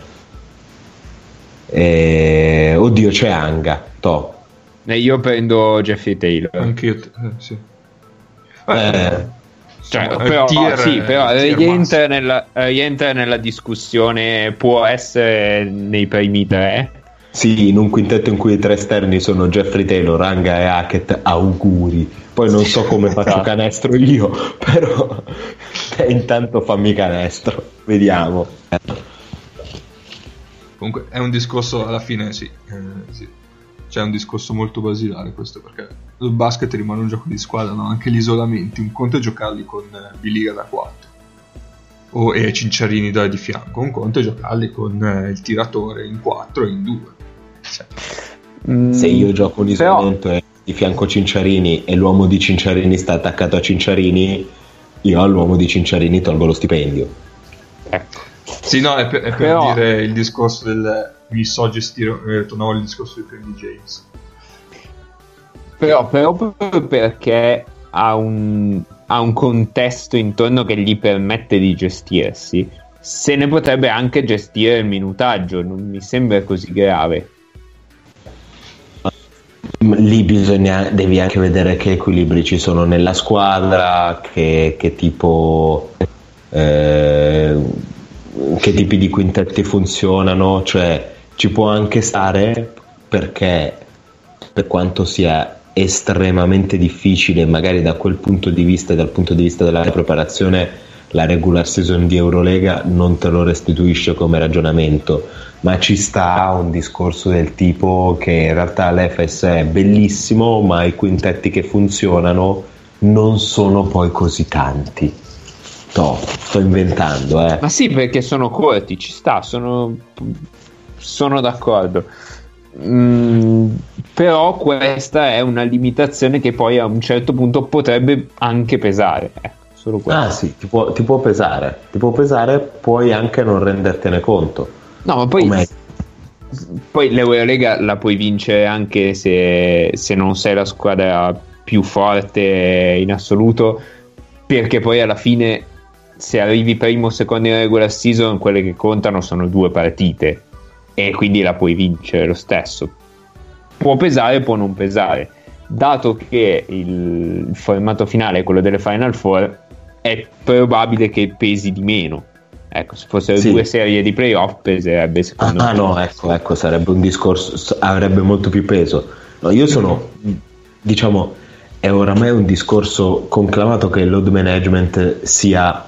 eh, oddio, c'è Anga, to. Eh, io prendo Jeffrey Taylor. Anche io, eh, sì. Eh, Cioè, Insomma, però, tier, sì, però tier rientra nella, rientra nella discussione, può essere nei primi tre. Sì, in un quintetto in cui i tre esterni sono Jeffrey Taylor, Anga e Hackett, auguri. Poi non so come faccio canestro io, però eh, intanto fammi canestro, vediamo. Comunque è un discorso, alla fine sì, eh, sì. C'è un discorso molto basilare questo, perché il basket rimane un gioco di squadra, no? Anche gli isolamenti, un conto è giocarli con eh, Biliga da quattro o e Cinciarini da di fianco, un conto è giocarli con eh, il tiratore in quattro e in due, cioè. Mm, se io gioco un isolamento però... e di fianco Cinciarini e l'uomo di Cinciarini sta attaccato a Cinciarini, io all'uomo di Cinciarini tolgo lo stipendio. Ecco. Sì, no, è per, è per però... dire il discorso del mi so gestire, eh, tornavo al discorso di Kenny James. Però, però proprio perché ha un, ha un contesto intorno che gli permette di gestirsi, se ne potrebbe anche gestire il minutaggio, non mi sembra così grave. lì bisogna, devi anche vedere che equilibri ci sono nella squadra, che, che tipo eh, che tipi di quintetti funzionano, cioè ci può anche stare, perché per quanto sia estremamente difficile magari da quel punto di vista, dal punto di vista della preparazione, la regular season di Eurolega non te lo restituisce come ragionamento, ma ci sta un discorso del tipo che in realtà l'Efes è bellissimo, ma i quintetti che funzionano non sono poi così tanti. No, sto inventando, eh. Ma sì, perché sono corti, ci sta, sono, sono d'accordo. Mm, però questa è una limitazione che poi a un certo punto potrebbe anche pesare, ecco. Solo ah sì, ti può, ti può pesare, ti può pesare, puoi anche non rendertene conto. No, ma poi, Com'è? poi l'Eurolega la puoi vincere anche se, se non sei la squadra più forte in assoluto, perché poi alla fine se arrivi primo o secondo in regular season, quelle che contano sono due partite e quindi la puoi vincere lo stesso. Può pesare, può non pesare. Dato che il, il formato finale è quello delle Final Four, è probabile che pesi di meno. Ecco, se fossero sì. due serie di playoff peserebbe secondo ah, me. Ah no, ecco, ecco, sarebbe un discorso, avrebbe molto più peso. No, io sono, diciamo, è oramai un discorso conclamato che il load management sia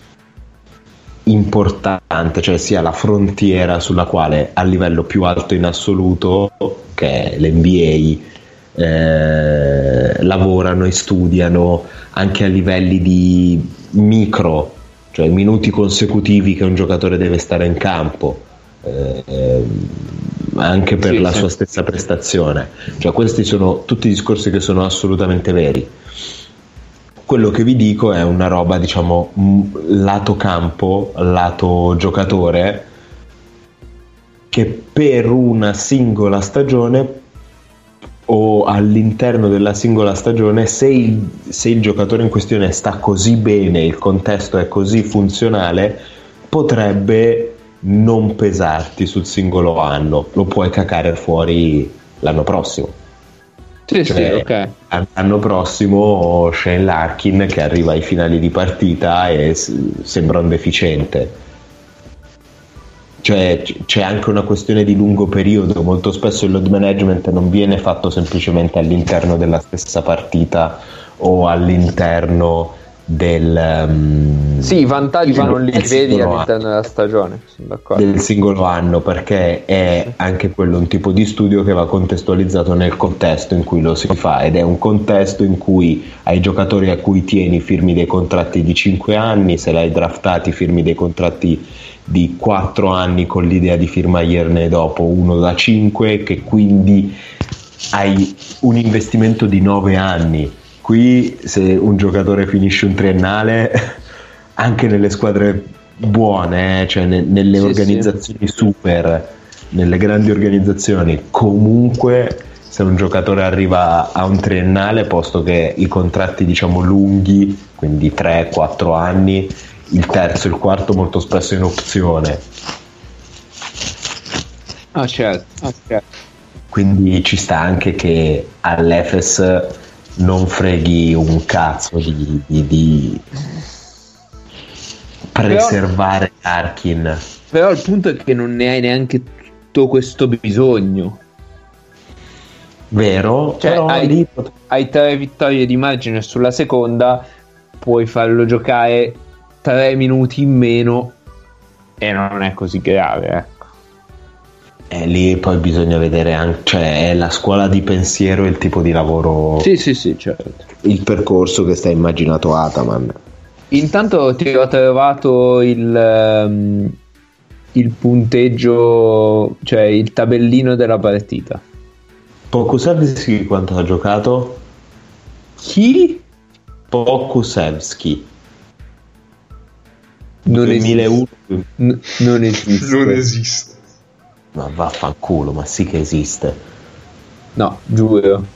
importante, cioè sia la frontiera sulla quale a livello più alto in assoluto, che è l'N B A, Eh, lavorano e studiano anche a livelli di micro, cioè minuti consecutivi che un giocatore deve stare in campo, eh, anche per sì, la sì. sua stessa prestazione. Cioè questi sono tutti discorsi che sono assolutamente veri. Quello che vi dico è una roba, diciamo, lato campo, lato giocatore, che per una singola stagione o all'interno della singola stagione, se il, se il giocatore in questione sta così bene, il contesto è così funzionale, potrebbe non pesarti sul singolo anno, lo puoi cacare fuori l'anno prossimo. Sì, cioè, sì, ok. L'anno prossimo Shane Larkin che arriva ai finali di partita e s- sembra un deficiente. Cioè c'è anche una questione di lungo periodo, molto spesso il load management non viene fatto semplicemente all'interno della stessa partita o all'interno del um, sì, i vantaggi non li vedi all'interno anno, della stagione, sono d'accordo. del singolo anno, perché è anche quello un tipo di studio che va contestualizzato nel contesto in cui lo si fa, ed è un contesto in cui ai giocatori a cui tieni firmi dei contratti di cinque anni, se l'hai draftati firmi dei contratti di quattro anni con l'idea di firmargliene dopo uno da cinque, che quindi hai un investimento di nove anni. Qui se un giocatore finisce un triennale, anche nelle squadre buone, eh, cioè ne, nelle sì, organizzazioni sì. super, nelle grandi organizzazioni, comunque se un giocatore arriva a un triennale, posto che i contratti diciamo lunghi, quindi tre quattro anni, il terzo e il quarto molto spesso in opzione. Ah certo, ah, certo. Quindi ci sta anche che all'Efes non freghi un cazzo di, di, di preservare però, Larkin. Però il punto è che non ne hai neanche tutto questo bisogno. Vero? Cioè, però hai, lì... hai tre vittorie di margine sulla seconda, puoi farlo giocare tre minuti in meno e non è così grave, ecco. E lì poi bisogna vedere anche, cioè è la scuola di pensiero e il tipo di lavoro, sì sì sì certo, il percorso che sta immaginato Ataman. Intanto ti ho trovato il um, il punteggio, cioè il tabellino della partita. Pokusevski quanto ha giocato? Chi? Pokusevski non duemilauno. esiste. N- non esiste. Non esiste. Ma vaffanculo, ma sì che esiste. No, giuro.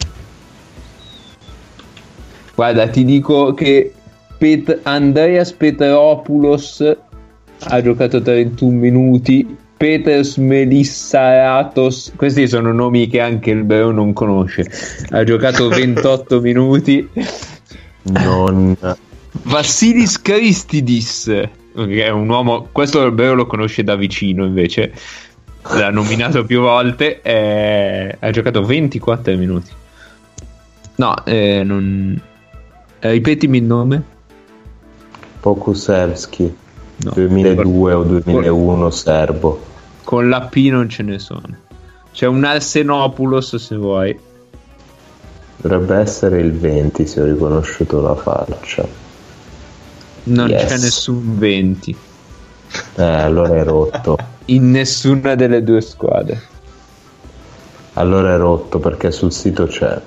Guarda, ti dico che Pet- Andreas Petropoulos ha giocato trentuno minuti Peters Melissaratos, questi sono nomi che anche il Beo non conosce. Ha giocato ventotto minuti. Non Vassilis Christidis, che è un uomo, questo il Beo lo conosce da vicino, invece l'ha nominato più volte, eh, ha giocato ventiquattro minuti. No, eh, non... ripetimi il nome. Pokusevski, No, duemiladue o duemilauno serbo. Con la P non ce ne sono. C'è un Arsenopoulos se vuoi. Dovrebbe essere il venti se ho riconosciuto la faccia. Non Yes. c'è nessun venti Eh, allora è rotto. in nessuna delle due squadre. Allora è rotto perché sul sito c'è.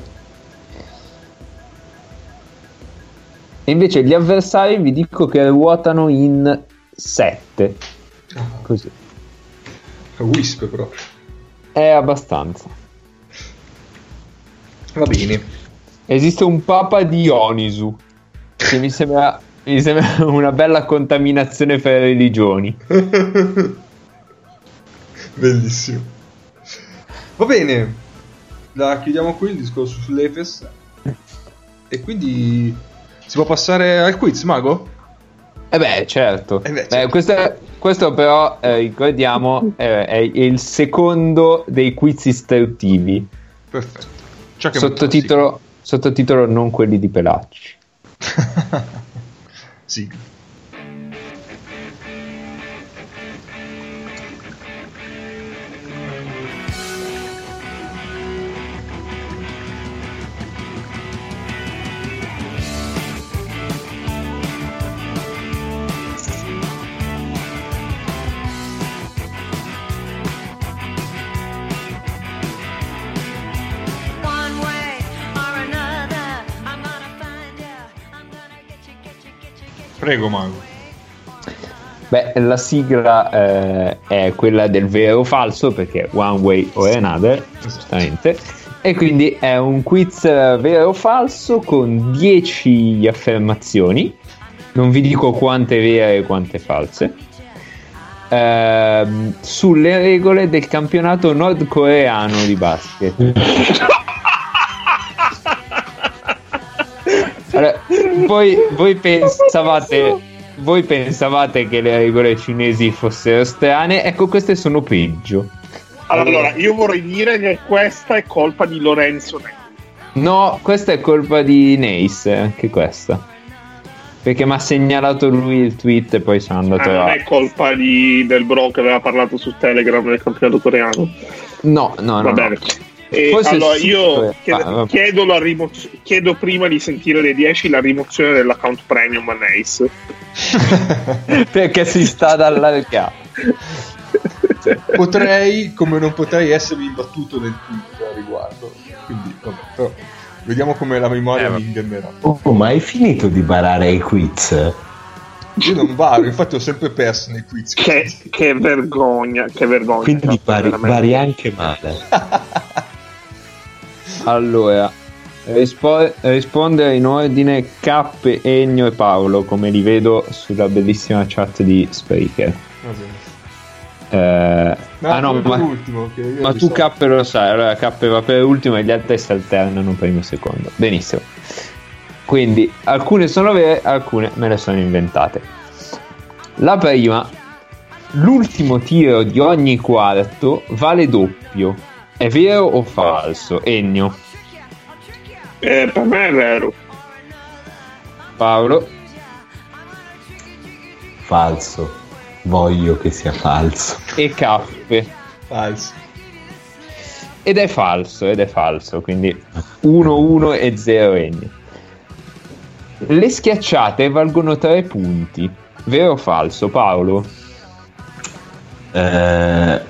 E invece gli avversari vi dico che ruotano in sette. Così. Wisp proprio. È abbastanza. Va bene. Esiste un Papa Dionisu che mi sembra, mi sembra una bella contaminazione per le religioni. Bellissimo. Va bene. La chiudiamo qui il discorso sull'Efes. E quindi si può passare al quiz, Mago? Eh beh, certo. Eh beh, certo. Beh, questo, è- questo però, eh, ricordiamo, è, è il secondo dei quiz istruttivi. Perfetto. Ciò che Sottotitolo, sottotitolo non quelli di Pelacci. Sì. One way or another, I'm gonna find you. I'm gonna get you, get you, get you, get you. Prego, Mago. Beh, la sigla eh, è quella del vero o falso, perché one way or another, giustamente. E quindi è un quiz eh, vero o falso con dieci affermazioni. Non vi dico quante vere e quante false. Ehm, sulle regole del campionato nordcoreano di basket. Allora, voi, voi pensavate voi pensavate che le regole cinesi fossero strane? Ecco, queste sono peggio. Allora, io vorrei dire che questa è colpa di Lorenzo Negri. No, questa è colpa di Nace, anche questa. Perché mi ha segnalato lui il tweet e poi sono Ah, andato non a... è colpa di, del bro che aveva parlato su Telegram del campionato coreano. No, no, no. Va no. bene. E Forse allora sì, io eh, chiedo, ah, vabbè. chiedo, la rimozio- chiedo prima di sentire le dieci la rimozione dell'account premium a Nace. Perché si sta dall'allargare. Potrei, come non potrei, essermi imbattuto nel tweet a riguardo. Quindi, vabbè, però vediamo come la memoria Eh, mi vabbè. ingannerà. Oh, ma hai finito di barare i quiz? Io non varo, infatti ho sempre perso nei quiz. Che, che vergogna, che vergogna. Quindi vari, veramente. vari anche male. Allora, rispo- rispondere in ordine K, Ennio e Paolo, come li vedo sulla bellissima chat di Spreaker. Va bene. Eh, No, ah no, quello ma, per ultimo, che io ma mi tu sa- K lo sai, allora K va per ultimo e gli altri si alternano primo e secondo. Benissimo. Quindi alcune sono vere, alcune me le sono inventate. La prima: l'ultimo tiro di ogni quarto vale doppio. È vero o falso? Ennio? Eh, per me è vero. Paolo? Falso. Voglio che sia falso. E K? Falso. Ed è falso, ed è falso, quindi uno uno e zero Ennio. Le schiacciate valgono tre punti. Vero o falso, Paolo? Eh,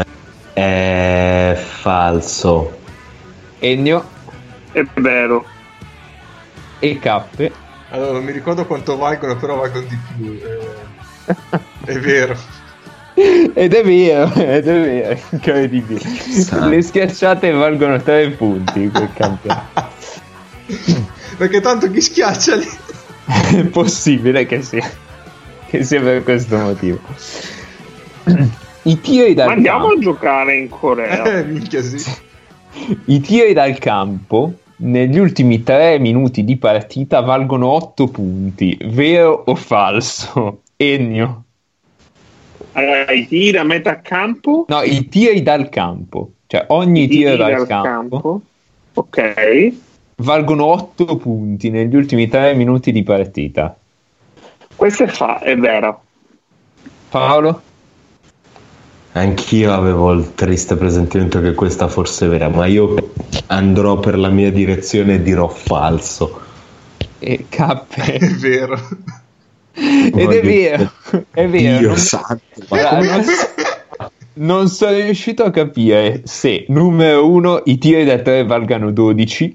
è falso. Ennio? È vero. E K? Allora, non mi ricordo quanto valgono, però valgono di più. eh. È vero. Ed è vero, ed è vero, incredibile. Le schiacciate valgono tre punti in quel campionato. Perché tanto chi schiaccia lì. È possibile che sia, che sia per questo motivo. I tiri dal Ma andiamo campo, a giocare in Corea. Eh, minchia, sì. i tiri dal campo negli ultimi tre minuti di partita valgono otto punti, vero o falso? Ennio? Allora, i tiri a metà campo. No, i tiri dal campo, cioè ogni i tiro tiri dal al campo, Ok. valgono otto punti negli ultimi tre minuti di partita. Questo è, fa- è vero. Paolo? Anch'io avevo il triste presentimento che questa fosse vera, ma io andrò per la mia direzione e dirò falso. E Cappe. È vero. Ed è Voglio- vero, è vero. Dio non- santo, ma Guarda, come- non, non sono riuscito a capire se, numero uno, i tiri da tre valgano dodici.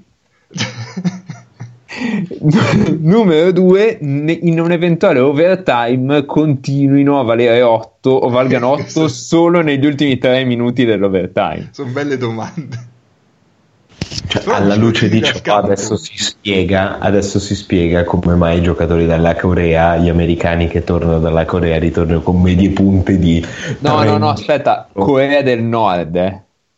Numero due, ne- in un eventuale overtime continuino a valere otto o valgano otto solo negli ultimi tre minuti dell'overtime. Sono belle domande. Cioè, Però alla i luce di tiri ciò dal campo- adesso si spiega adesso si spiega come mai i giocatori dalla Corea, gli americani che tornano dalla Corea, ritornano con medie punte di No, no, no, trenta. aspetta, Corea del Nord. eh.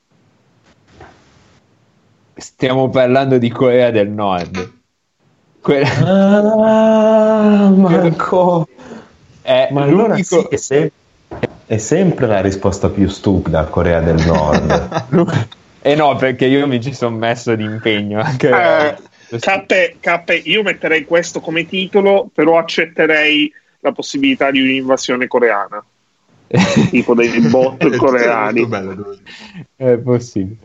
Stiamo parlando di Corea del Nord. Que- Ah, manco. è Ma allora l'unico- sì, è, se- è sempre la risposta più stupida, Corea del Nord. Eh no, perché io mi ci sono messo d'impegno anche. Eh, Cappe, Cappe, io metterei questo come titolo, però accetterei la possibilità di un'invasione coreana, tipo dei bot coreani. Molto bello, devo dire. È possibile.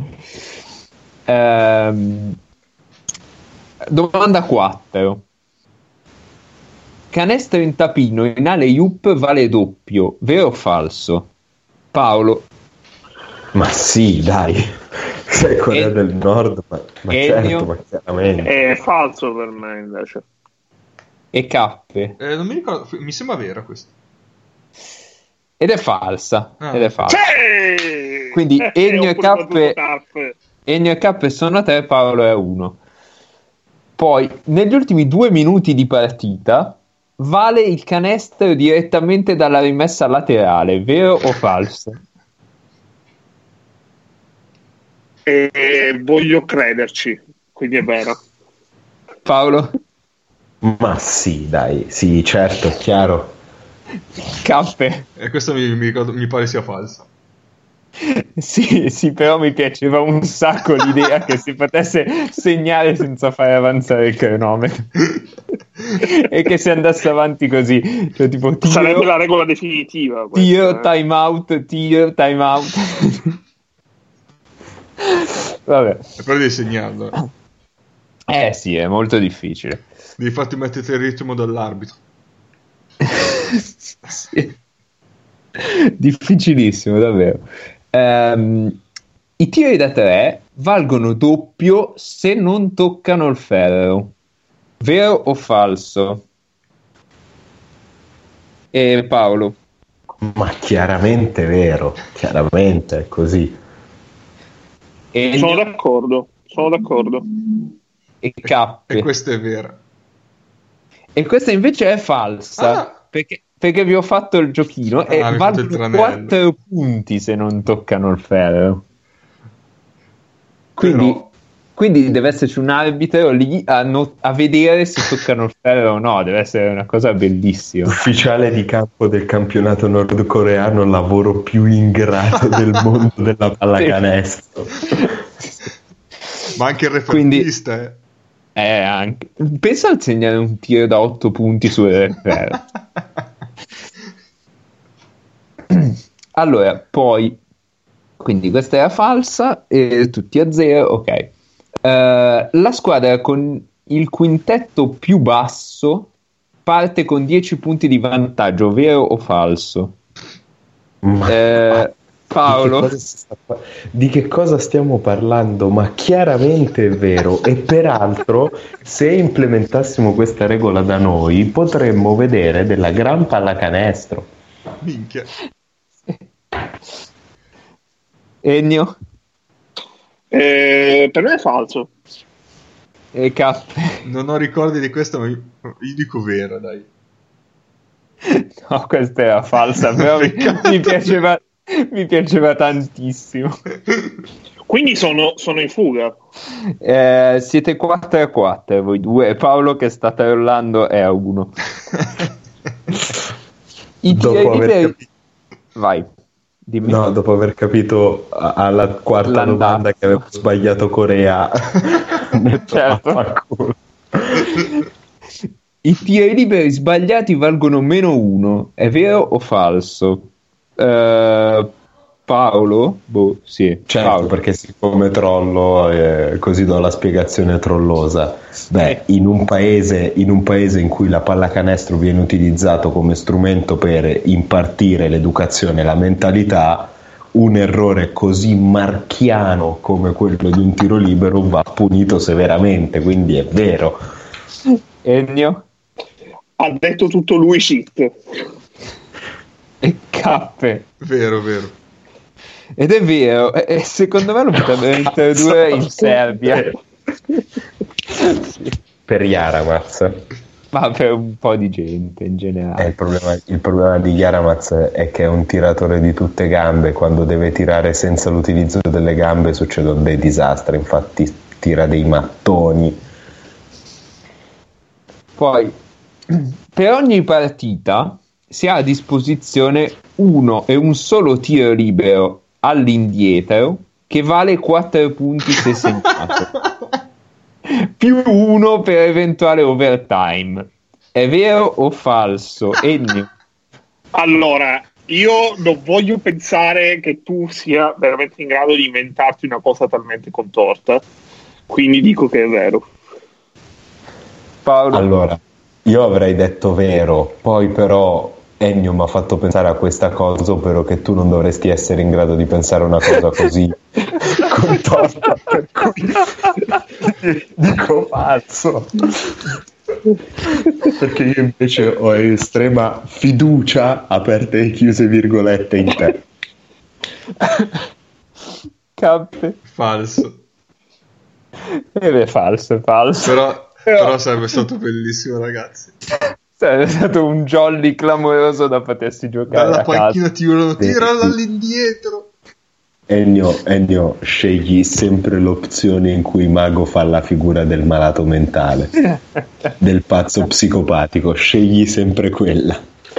Ehm, domanda quattro. Canestro in tapino in alley-oop vale doppio, vero o falso? Paolo. Ma sì, dai. Sei Corea E- del Nord, ma, ma Ennio? certo, ma chiaramente. È falso per me invece. E Cappe. Eh, non mi ricordo, mi sembra vera questa. Ed è falsa. Ah. Ed è falsa. Sì! Quindi Eh, Ennio ho e pure Cappe- battuto Cappe. Ennio e Cappe sono a tre, Paolo è a uno. Poi, negli ultimi due minuti di partita, vale il canestro direttamente dalla rimessa laterale, vero o falso? E voglio crederci, quindi è vero. Paolo? Ma sì, dai, sì, certo, è chiaro. Cappe? E questo mi, mi, ricordo- mi pare sia falsa. Sì, sì, però mi piaceva un sacco l'idea che si potesse segnare senza fare avanzare il cronometro. E che si andasse avanti così, cioè tipo tiro, Sarebbe la regola definitiva. questa, tiro, eh. time out, tiro, time out. Vabbè. E però devi segnarlo. eh. Eh sì, è molto difficile. Devi farti mettere il ritmo dell'arbitro. Sì. Difficilissimo, davvero. Ehm, I tiri da tre valgono doppio se non toccano il ferro. Vero o falso? E Paolo? Ma chiaramente è vero, chiaramente è così. E, Sono d'accordo, sono d'accordo. e Cappe. E questa è vera. E questa invece è falsa. Ah. Perché, perché vi ho fatto il giochino e Ah, mi fate il valgono tranello. quattro punti se non toccano il ferro. Quindi, Però- quindi deve esserci un arbitro lì a, no- a vedere se toccano il ferro o no. Deve essere una cosa bellissima. Ufficiale di campo del campionato nordcoreano, lavoro più ingrato del mondo della pallacanestro. Ma anche il Quindi- refertista, eh. Eh, anche. Pensa al segnare un tiro da otto punti sul ferro. Allora, poi, quindi questa era falsa, e tutti a zero, ok. Eh, la squadra con il quintetto più basso parte con dieci punti di vantaggio, vero o falso? Ma Eh, Paolo? Di che, cosa si sta par- di che cosa stiamo parlando? Ma chiaramente è vero. E peraltro, se implementassimo questa regola da noi, potremmo vedere della gran pallacanestro. Minchia. Ennio? Eh, per me è falso. E Cappe? Non ho ricordi di questo, ma io, io dico vera, dai. No, questa era falsa, però mi, Peccato. mi piaceva, Mi piaceva tantissimo. Quindi sono, sono in fuga. Eh, siete quattro a quattro voi due e Paolo che sta trollando è a uno. I Dopo tiri aver liberi... capito- Vai, dimmi. No, dopo aver capito a- alla quarta L'andazzo. domanda che avevo sbagliato Corea, metto Certo. a culo. I tiri liberi sbagliati valgono meno uno, è vero o falso? Eh, Paolo? Boh, sì. Certo, Paolo. perché siccome trollo, eh, così do la spiegazione trollosa. Beh, in un paese, in un paese in cui la pallacanestro viene utilizzato come strumento per impartire l'educazione e la mentalità, un errore così marchiano come quello di un tiro libero va punito severamente, quindi è vero. Ennio? Ha detto tutto lui, shit. E Cappe. Vero, vero. Ed è vero, e e secondo me lo potrebbero introdurre in Serbia. Sì. Per Jaramaz. Ma per un po' di gente in Eh, generale. il, problema, il problema di Jaramaz è che è un tiratore di tutte gambe. Quando deve tirare senza l'utilizzo delle gambe succedono dei disastri, infatti tira dei mattoni. Poi, per ogni partita si ha a disposizione uno e un solo tiro libero all'indietro che vale quattro punti se segnato, più uno per eventuale overtime. È vero o falso? Ennio? Allora, io non voglio pensare che tu sia veramente in grado di inventarti una cosa talmente contorta, quindi dico che è vero. Paolo? Allora, io avrei detto vero, poi però Ennio mi ha fatto pensare a questa cosa, ovvero che tu non dovresti essere in grado di pensare una cosa così contorta, per cui dico falso. Perché io invece ho estrema fiducia, aperte e chiuse virgolette, in te. Cappe? Falso. Ed è falso, è falso. Però, però sarebbe stato bellissimo, ragazzi. È stato un jolly clamoroso da potersi giocare Dalla a casa. panchina ti urlano, Sì, tirala sì. all'indietro. Ennio, Ennio, scegli sempre l'opzione in cui Mago fa la figura del malato mentale, del pazzo psicopatico, scegli sempre quella.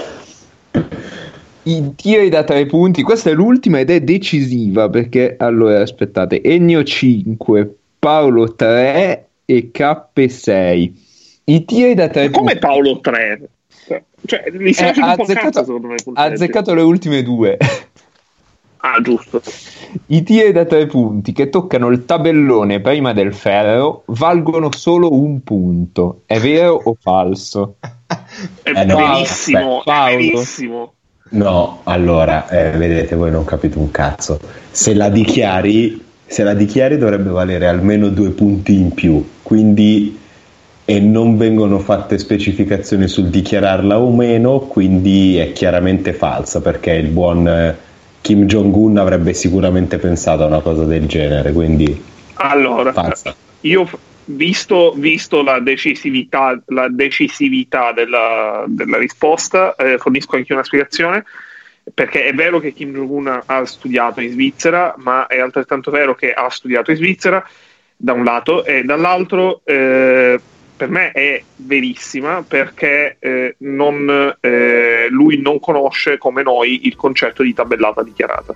I tiri da tre punti, questa è l'ultima ed è decisiva perché, allora, aspettate, Ennio cinque, Paolo tre e Cappe sei. I tiri da tre Come punti. Paolo tre? Cioè, mi si Eh, lascia ha un po' azzeccato, cazzo, secondo me. col ha tempo. azzeccato le ultime due. Ah, giusto. I tiri da tre punti che toccano il tabellone prima del ferro valgono solo un punto. È vero o falso? È Eh, no, verissimo, aspetta, Paolo. è verissimo. No, allora, eh, vedete, voi non capite un cazzo. Se la dichiari, se la dichiari dovrebbe valere almeno due punti in più, quindi e non vengono fatte specificazioni sul dichiararla o meno, quindi è chiaramente falsa, perché il buon eh, Kim Jong-un avrebbe sicuramente pensato a una cosa del genere, quindi Allora, falsa. io visto, visto la decisività, la decisività della, della risposta, eh, fornisco anche una spiegazione, perché è vero che Kim Jong-un ha studiato in Svizzera, ma è altrettanto vero che ha studiato in Svizzera da un lato, e dall'altro eh, per me è verissima, perché eh, non, eh, lui non conosce come noi il concetto di tabellata dichiarata.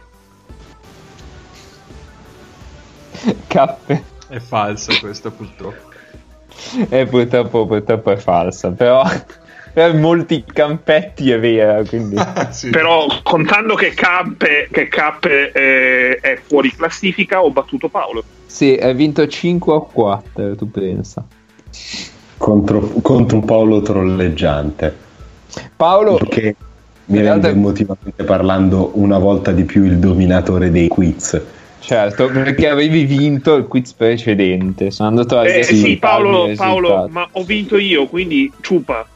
Cappe. È falsa questa, purtroppo. E purtroppo, purtroppo è falsa, però per molti campetti è vera, quindi Sì. Però contando che Cappe, che Cappe eh, è fuori classifica, ho battuto Paolo. sì, hai vinto cinque a quattro, tu pensa. Contro, contro un Paolo trolleggiante, Paolo, che mi in rende realtà- emotivamente parlando una volta di più il dominatore dei quiz. certo, perché avevi vinto il quiz precedente, sono andato a Eh, sì, risultati, Paolo, risultati. Paolo, ma ho vinto io, quindi ciupa.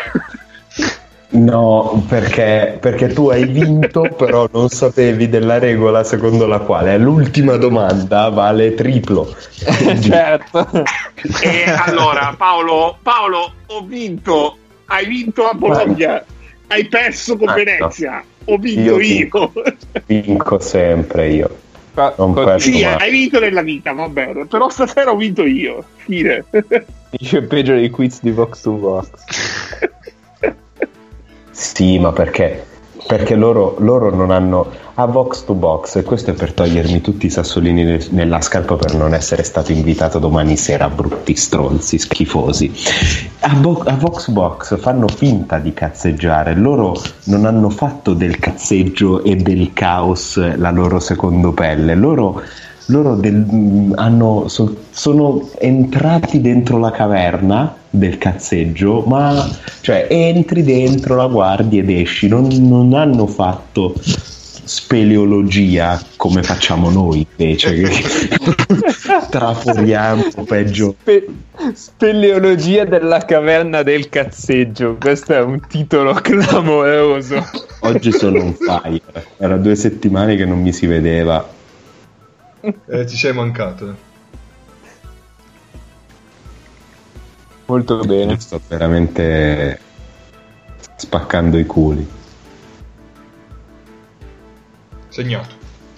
No, perché, perché tu hai vinto, però non sapevi della regola secondo la quale all'ultima domanda vale triplo. Quindi- certo. E allora, Paolo, Paolo, ho vinto. Hai vinto a Bologna. Hai perso con Ah, Venezia. ho vinto Io io. Vinco sempre io. Fa- Non fa- perdo Sì, mai. hai vinto nella vita, va bene, però stasera ho vinto io. Fine. Dice peggio dei quiz di Vox to Vox. Sì, ma perché? Perché loro, loro non hanno a Vox to Box, e questo è per togliermi tutti i sassolini ne- nella scarpa per non essere stato invitato domani sera, brutti stronzi schifosi. A, Bo- a Vox Box fanno finta di cazzeggiare, loro non hanno fatto del cazzeggio e del caos la loro secondo pelle, loro loro del- hanno, so- sono entrati dentro la caverna del cazzeggio, ma cioè entri dentro, la guardi ed esci, non, non hanno fatto speleologia come facciamo noi invece, che traforiamo peggio. Spe- speleologia della caverna del cazzeggio. Questo è un titolo clamoroso. Oggi sono on fire, era due settimane che non mi si vedeva. Eh, ti sei mancato. eh. Molto bene. Sto veramente spaccando i culi. Segnato.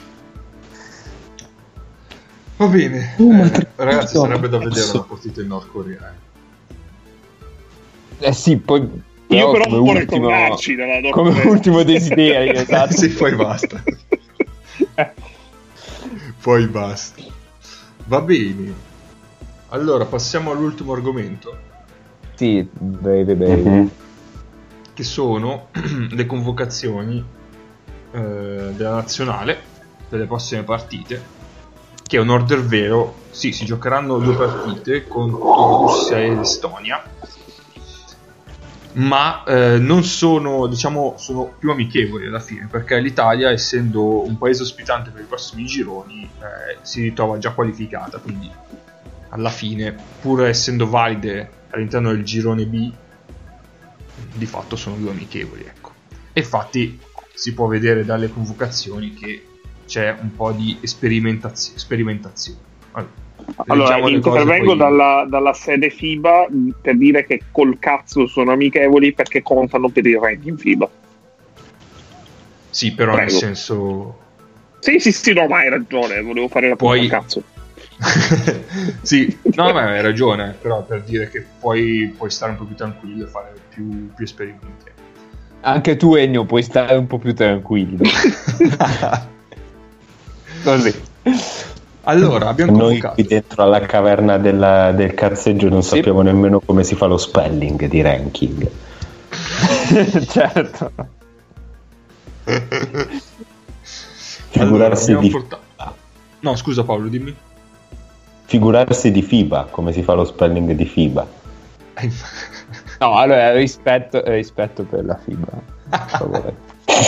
Va bene. Oh, ma Eh, tre- ragazzi, no, sarebbe da vedere adesso- la partita in Nord Corea. Eh sì, poi Io però come vorrei ultimo- tornarci nella Nord come Corea. ultimo desiderio, esatto. Sì, poi basta. Poi basta. Va bene. Allora, passiamo all'ultimo argomento, Sì, breve breve. Mhm. che sono le convocazioni eh, della nazionale per le prossime partite, che a un order vero, sì, si giocheranno due partite contro Russia ed Estonia, ma eh, non sono, diciamo, sono più amichevoli alla fine, perché l'Italia, essendo un paese ospitante per i prossimi gironi, eh, si ritrova già qualificata, quindi alla fine, pur essendo valide all'interno del girone B, di fatto sono due amichevoli, ecco. E infatti si può vedere dalle convocazioni che c'è un po' di sperimentazione. sperimentazione. Allora, Allora, leggiamo le cose, intervengo poi- dalla, dalla sede FIBA per dire che col cazzo sono amichevoli perché contano per il ranking FIBA. Sì, però Prego. nel senso... Sì, sì, sì, no, ma hai ragione, volevo fare la Poi- punta al cazzo. sì, no, ma hai ragione, però per dire che poi puoi stare un po' più tranquillo e fare più, più esperimenti. Anche tu, Ennio, puoi stare un po' più tranquillo. Così. Allora, abbiamo Noi convocato. qui dentro alla caverna della- del cazzeggio non Sì. sappiamo nemmeno come si fa lo spelling di ranking. Certo. Allora, Figurarsi abbiamo di portato... No, scusa Paolo, dimmi. Figurarsi di FIBA, come si fa lo spelling di FIBA. No, allora rispetto, rispetto per la FIBA, per favore.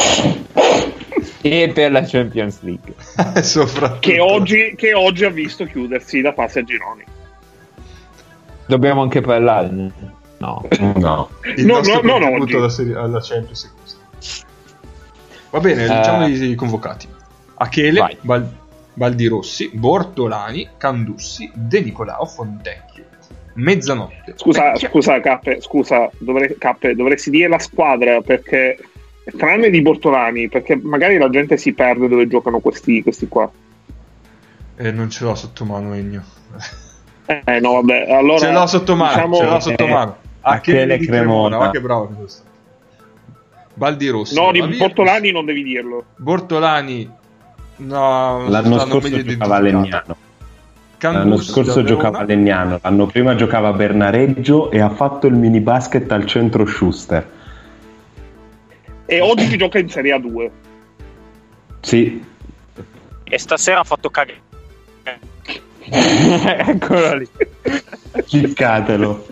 E per la Champions League. Soprattutto. Che oggi, che oggi ha visto chiudersi la fase a gironi. Dobbiamo anche parlarne? No. No. Il No, nostro no, non contributo oggi. alla, serie, alla Champions è questo. Va bene, leggiamo Eh. i convocati. Achele, Vai. Bal- Baldirossi, Bortolani, Candussi, De Nicolao, Fontecchio. Mezzanotte. Scusa, Pecchia. scusa, Cappe, scusa, dovre- Cappe, dovresti dire la squadra perché, tranne di Bortolani, perché magari la gente si perde dove giocano questi, questi qua. Eh, non ce l'ho sotto mano, Ennio. Eh, no, vabbè, allora. ce l'ho sotto mano, diciamo- ce l'ho sotto eh, mano. Achele Achele di Cremona, Cremona. ma che bravo che sono stato. Baldirossi. No, di va via. Bortolani non devi dirlo. Bortolani, no, L'anno stanno scorso meglio giocava a identificato. Legnano. Candussi L'anno scorso da giocava a Verona. Legnano. L'anno prima giocava a Bernareggio e ha fatto il mini basket al centro Schuster. E oggi si gioca in Serie A due. Sì. E stasera ha fatto cagare. Eccolo lì. Ciccatelo.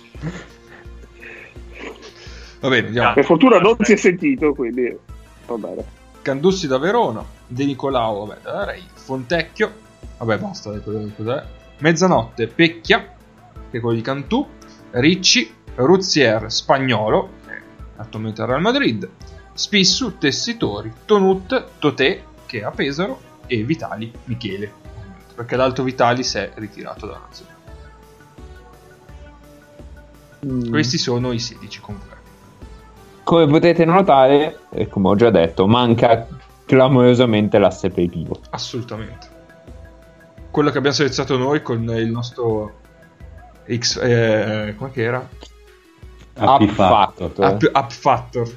Va bene, andiamo. Per fortuna non si è sentito, quindi va bene. Candussi da Verona, De Nicolao, vabbè, da Rai, Fontecchio, vabbè, basta, dai, quello- cos'è? Mezzanotte, Pecchia, che è quello di Cantù, Ricci, Ruzier, Spagnolo, che è attualmente al Real Madrid, Spissu, Tessitori, Tonut, Totè, che è a Pesaro, e Vitali, Michele, perché l'altro Vitali si è ritirato dalla nazionale. Questi sono i sedici convocati. come potete notare, e come ho già detto, manca clamorosamente l'asse play pivot. Assolutamente. Quello che abbiamo selezionato noi con il nostro X, eh, come che era? Up Factor. Up, up Factor.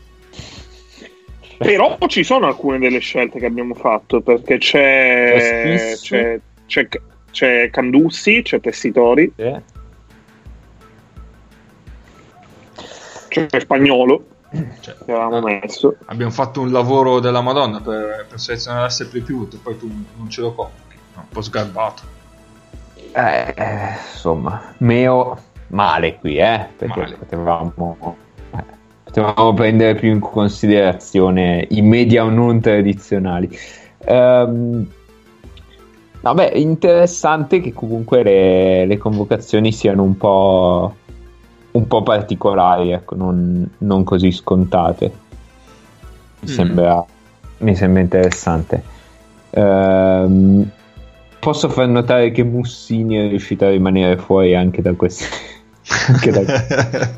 Però ci sono alcune delle scelte che abbiamo fatto, perché c'è c'è, c'è, c'è Candussi, c'è Tessitori, Sì. c'è Spagnolo, Cioè, che avevamo messo. abbiamo fatto un lavoro della Madonna per, per selezionare l'asse play pivot e poi tu non ce lo convochi. Un po' sgarbato. Eh, eh, insomma, Meo male qui, eh, perché Male. potevamo, eh, potevamo prendere più in considerazione i media non tradizionali. Ehm, vabbè, interessante che comunque le, le convocazioni siano un po', un po' particolari, ecco, non, non così scontate. Mi Mm. sembra, mi sembra interessante. Ehm, posso far notare che Mussini è riuscito a rimanere fuori anche da questi. Anche da...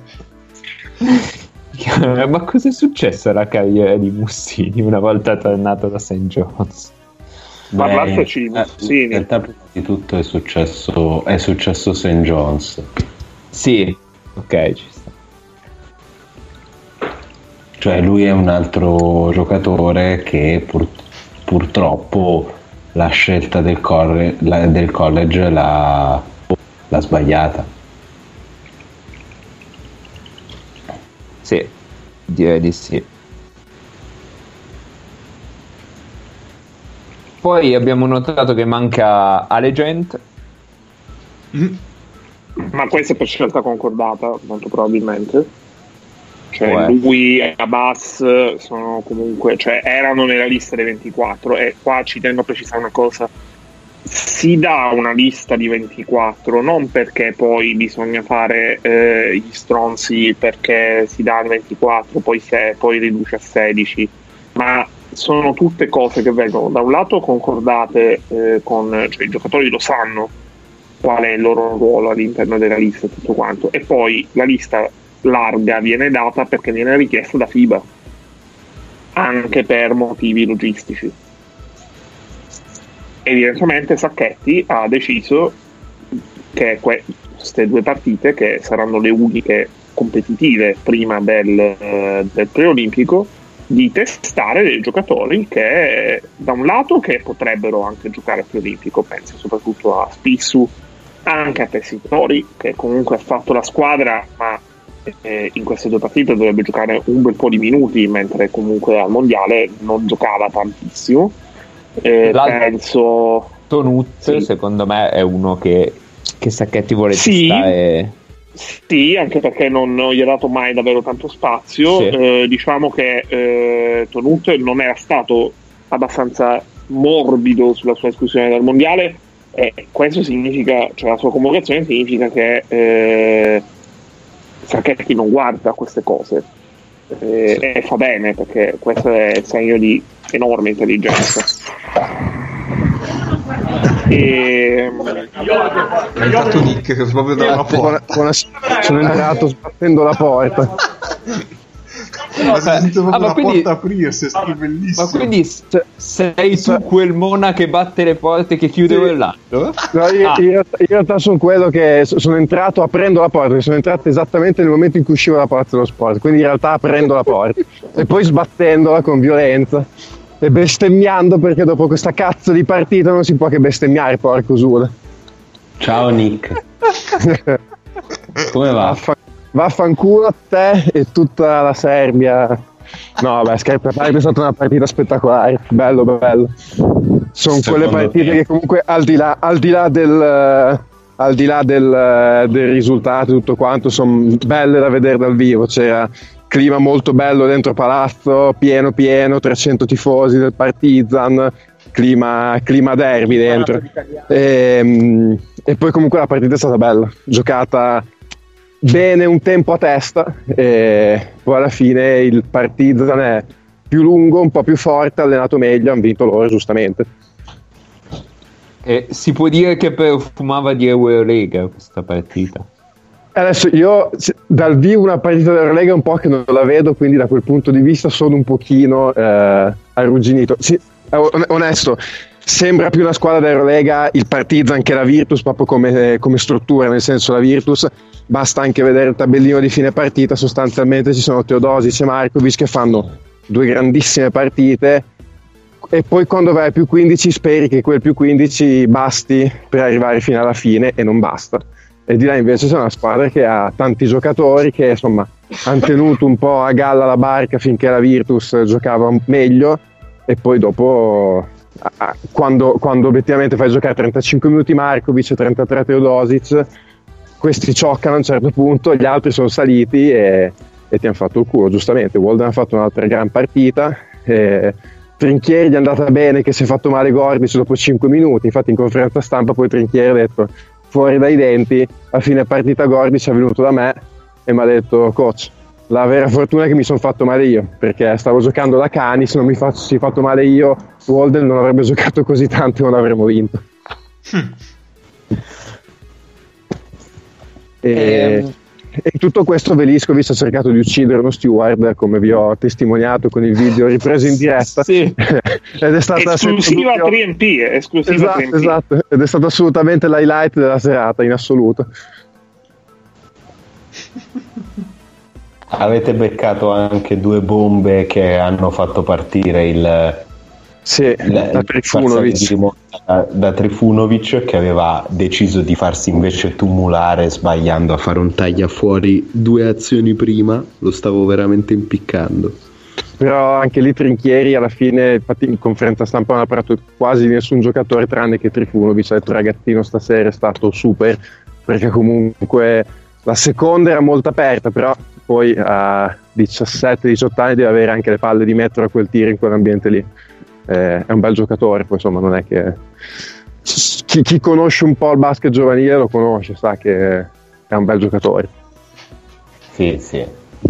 Ma cosa è successo alla carriera di Mussini una volta tornato da Saint John's? Parlateci di Beh, Mussini. in realtà prima di tutto è successo è successo Saint John's, Sì, ok, ci sta. cioè lui è un altro giocatore che pur- purtroppo la scelta del, corre- la- del college l'ha, l'ha sbagliata. Sì, direi di sì. Poi abbiamo notato che manca Alegent. Mm. Ma questa è per scelta concordata, molto probabilmente. Cioè, Può lui e Abbas sono comunque, cioè, erano nella lista dei ventiquattro. E qua ci tengo a precisare una cosa: si dà una lista di ventiquattro non perché poi bisogna fare eh, gli stronzi, perché si dà il ventiquattro, poi, se, poi riduce a sedici, ma sono tutte cose che vengono da un lato concordate eh, con, cioè i giocatori lo sanno qual è il loro ruolo all'interno della lista e tutto quanto, e poi la lista larga viene data perché viene richiesta da FIBA, anche per motivi logistici. Evidentemente Sacchetti ha deciso che queste due partite, che saranno le uniche competitive prima del, eh, del preolimpico, di testare dei giocatori che da un lato che potrebbero anche giocare al preolimpico, penso soprattutto a Spissu, anche a Tessitori, che comunque ha fatto la squadra, ma eh, in queste due partite dovrebbe giocare un bel po' di minuti, mentre comunque al mondiale non giocava tantissimo. Eh, penso Tonut, sì. secondo me è uno che, che Sacchetti vuole Sì. testare. Sì, anche perché non, non gli ha dato mai davvero tanto spazio. Sì. Eh, diciamo che eh, Tonut non era stato abbastanza morbido sulla sua esclusione dal mondiale, e questo significa, cioè la sua convocazione significa che eh, Sacchetti non guarda queste cose, eh, Sì. e fa bene, perché questo è il segno di enorme intelligenza. E È entrato Nick che proprio dalla Buona- porta. buonasera, sono entrato sbattendo la porta. Ma si sente proprio Ah, ma la quindi- porta aprirsi, è stato bellissimo. Ma quindi s- sei tu quel Mona che batte le porte che chiude Sì. quell'altro? No, io, Ah. in, realtà, in realtà sono quello che so- sono entrato aprendo la porta, perché sono entrato esattamente nel momento in cui usciva la porta dello sport, quindi in realtà aprendo la porta e poi sbattendola con violenza e bestemmiando, perché dopo questa cazzo di partita non si può che bestemmiare, porco Sula. Ciao Nick, come va? Vaffa- Vaffanculo a te e tutta la Serbia. No, beh, scherzo a parte, è stata una partita spettacolare, bello, bello. Sono quelle Secondo partite te? che comunque al di là, al di là del, eh, al di là del, eh, del risultato e tutto quanto, sono belle da vedere dal vivo. C'era clima molto bello dentro Palazzo, pieno pieno, trecento tifosi del Partizan, clima, clima derby dentro. E, e poi comunque la partita è stata bella, giocata bene un tempo a testa, e poi alla fine il Partizan è più lungo, un po' più forte, allenato meglio, hanno vinto loro giustamente. E si può dire che profumava di Eurolega questa partita. Adesso io se- dal vivo una partita dell'Eurolega è un po' che non la vedo, quindi da quel punto di vista sono un pochino eh, arrugginito. Sì, eh, on- onesto, sembra più una squadra dell'Eurolega il Partizan che la Virtus, proprio come, come struttura, nel senso la Virtus basta anche vedere il tabellino di fine partita, sostanzialmente ci sono Teodosic e Markovic che fanno due grandissime partite e poi quando vai a più quindici speri che quel più quindici basti per arrivare fino alla fine e non basta. E di là invece c'è una squadra che ha tanti giocatori che insomma hanno tenuto un po' a galla la barca finché la Virtus giocava meglio e poi dopo a- a- quando, quando obiettivamente fai giocare trentacinque minuti Markovic e trentatré Teodosic, questi cioccano a un certo punto, gli altri sono saliti e, e ti hanno fatto il culo, giustamente. Walden ha fatto un'altra gran partita, e Trinchieri gli è andata bene che si è fatto male Gordic dopo cinque minuti, infatti in conferenza stampa poi Trinchieri ha detto fuori dai denti, a fine partita Gordic è venuto da me e mi ha detto coach, la vera fortuna è che mi sono fatto male io, perché stavo giocando da cani, se non mi fossi fatto male io Walden non avrebbe giocato così tanto e non avremmo vinto. E, Ehm. e tutto questo Veliscovic ha cercato di uccidere uno steward, come vi ho testimoniato con il video ripreso in diretta. Sì. Ed è stata Esclusiva senza dubbio- tre M P, eh, esclusiva esatto, tre M P. esatto, ed è stato assolutamente l'highlight della serata in assoluto. Avete beccato anche due bombe che hanno fatto partire il, Sì, il- da il parziale Trifunovic. di rimonta da Trifunovic, che aveva deciso di farsi invece tumulare sbagliando a fare un tagliafuori due azioni prima. Lo stavo veramente impiccando. Però anche lì Trinchieri alla fine, infatti in conferenza stampa non ha parlato quasi nessun giocatore tranne che Trifunovic, ha detto ragazzino stasera è stato super, perché comunque la seconda era molto aperta, però poi a diciassette diciotto anni deve avere anche le palle di mettere a quel tiro in quell'ambiente lì. Eh, è un bel giocatore, poi insomma non è che chi, chi conosce un po' il basket giovanile lo conosce, sa che è un bel giocatore. Sì, sì.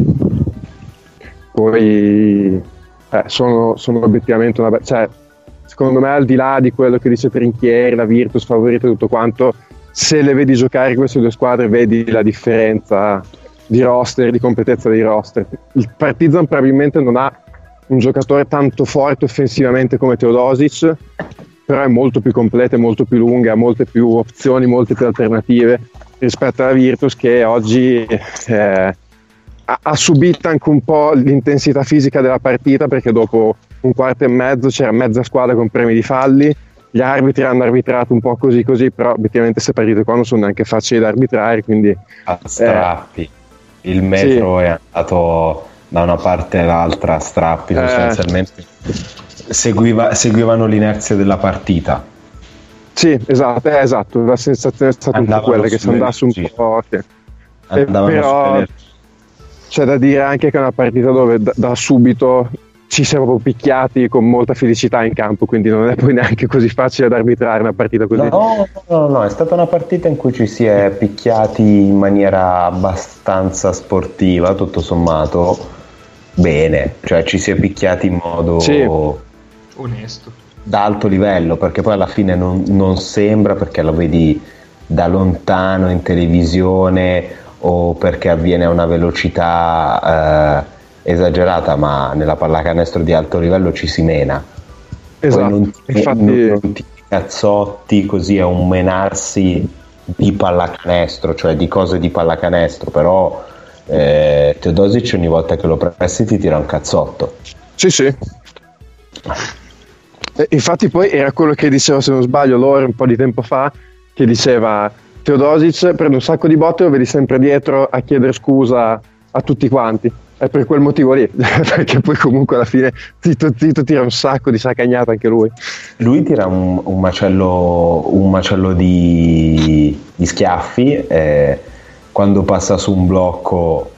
Poi eh, sono, sono obiettivamente una be- cioè secondo me al di là di quello che dice Trinchieri, la Virtus favorita e tutto quanto, se le vedi giocare queste due squadre vedi la differenza di roster, di competenza dei roster. Il Partizan probabilmente non ha un giocatore tanto forte offensivamente come Teodosic, però è molto più completa, è molto più lunga, ha molte più opzioni, molte più alternative rispetto alla Virtus, che oggi eh, ha, ha subito anche un po' l'intensità fisica della partita, perché dopo un quarto e mezzo c'era mezza squadra con premi di falli, gli arbitri hanno arbitrato un po' così così, però obiettivamente queste partite qua non sono neanche facili da arbitrare, quindi A strappi. Il metro sì. è andato da una parte all'altra a strappi, Eh. sostanzialmente seguiva- seguivano l'inerzia della partita. sì, esatto, eh, esatto, la sensazione è stata un po' Andavano quella che si sulle andasse un energie. po', sì. Andavano però sulle- c'è da dire anche che è una partita dove da, da subito ci siamo proprio picchiati con molta felicità in campo, quindi non è poi neanche così facile da arbitrare una partita così. No, no, no, è stata una partita in cui ci si è picchiati in maniera abbastanza sportiva, tutto sommato bene, cioè ci si è picchiati in modo Sì. Onesto. d'alto livello, perché poi alla fine non, non sembra, perché lo vedi da lontano in televisione o perché avviene a una velocità eh, esagerata, ma nella pallacanestro di alto livello ci si mena. Esatto, Poi non ti, infatti non, non ti cazzotti così a un menarsi di pallacanestro, cioè di cose di pallacanestro, però eh, Teodosic ogni volta che lo pressi ti tira un cazzotto. sì sì. E infatti poi era quello che diceva, se non sbaglio, Lore un po' di tempo fa, che diceva Teodosic prende un sacco di botte e lo vedi sempre dietro a chiedere scusa a tutti quanti. È per quel motivo lì, perché poi comunque alla fine zitto zitto tira un sacco di sacagnata anche lui. Lui tira un, un macello, un macello di, di schiaffi, eh, quando passa su un blocco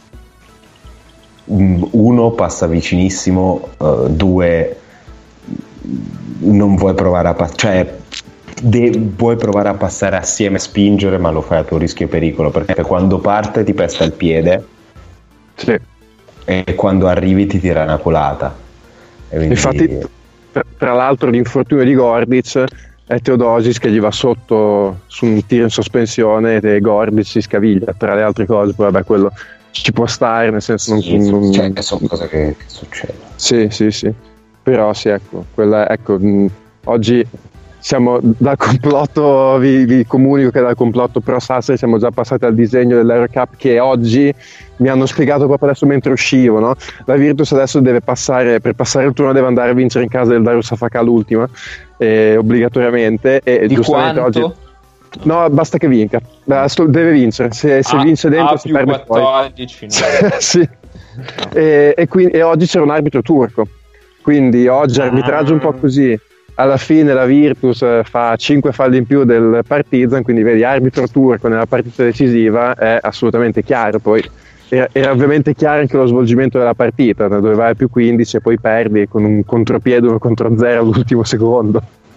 mm, uno passa vicinissimo, eh, due non vuoi provare a passare, cioè de- vuoi provare a passare assieme, a spingere, ma lo fai a tuo rischio e pericolo, perché quando parte ti pesta il piede Sì. e quando arrivi ti tira una colata. E quindi- Infatti, tra, tra l'altro, l'infortunio di Gordic è Teodosis che gli va sotto su un tiro in sospensione e Gordic si scaviglia, tra le altre cose. Poi vabbè, quello ci può stare, nel senso Sì, non, non... cioè, sono cose che, che succedono. Sì, sì, sì. Però sì, ecco, quella, ecco mh, oggi siamo dal complotto, vi, vi comunico che dal complotto pro Sassari siamo già passati al disegno dell'Eurocup, che oggi mi hanno spiegato proprio adesso mentre uscivo, no? La Virtus adesso deve passare, per passare il turno deve andare a vincere in casa del Darussa Safaka l'ultima, eh, obbligatoriamente. E Di giustamente quanto? oggi... No, basta che vinca, Basta- deve vincere, se, se A- vince dentro A si più perde poi. quattordici, no. Sì. E, e, quindi, e oggi c'era un arbitro turco, quindi oggi Ah. arbitraggio un po' così. Alla fine la Virtus eh, fa cinque falli in più del Partizan, quindi vedi, arbitro turco nella partita decisiva è assolutamente chiaro. Poi era, era ovviamente chiaro anche lo svolgimento della partita, da dove vai a più quindici e poi perdi con un contropiede uno contro zero all'ultimo secondo.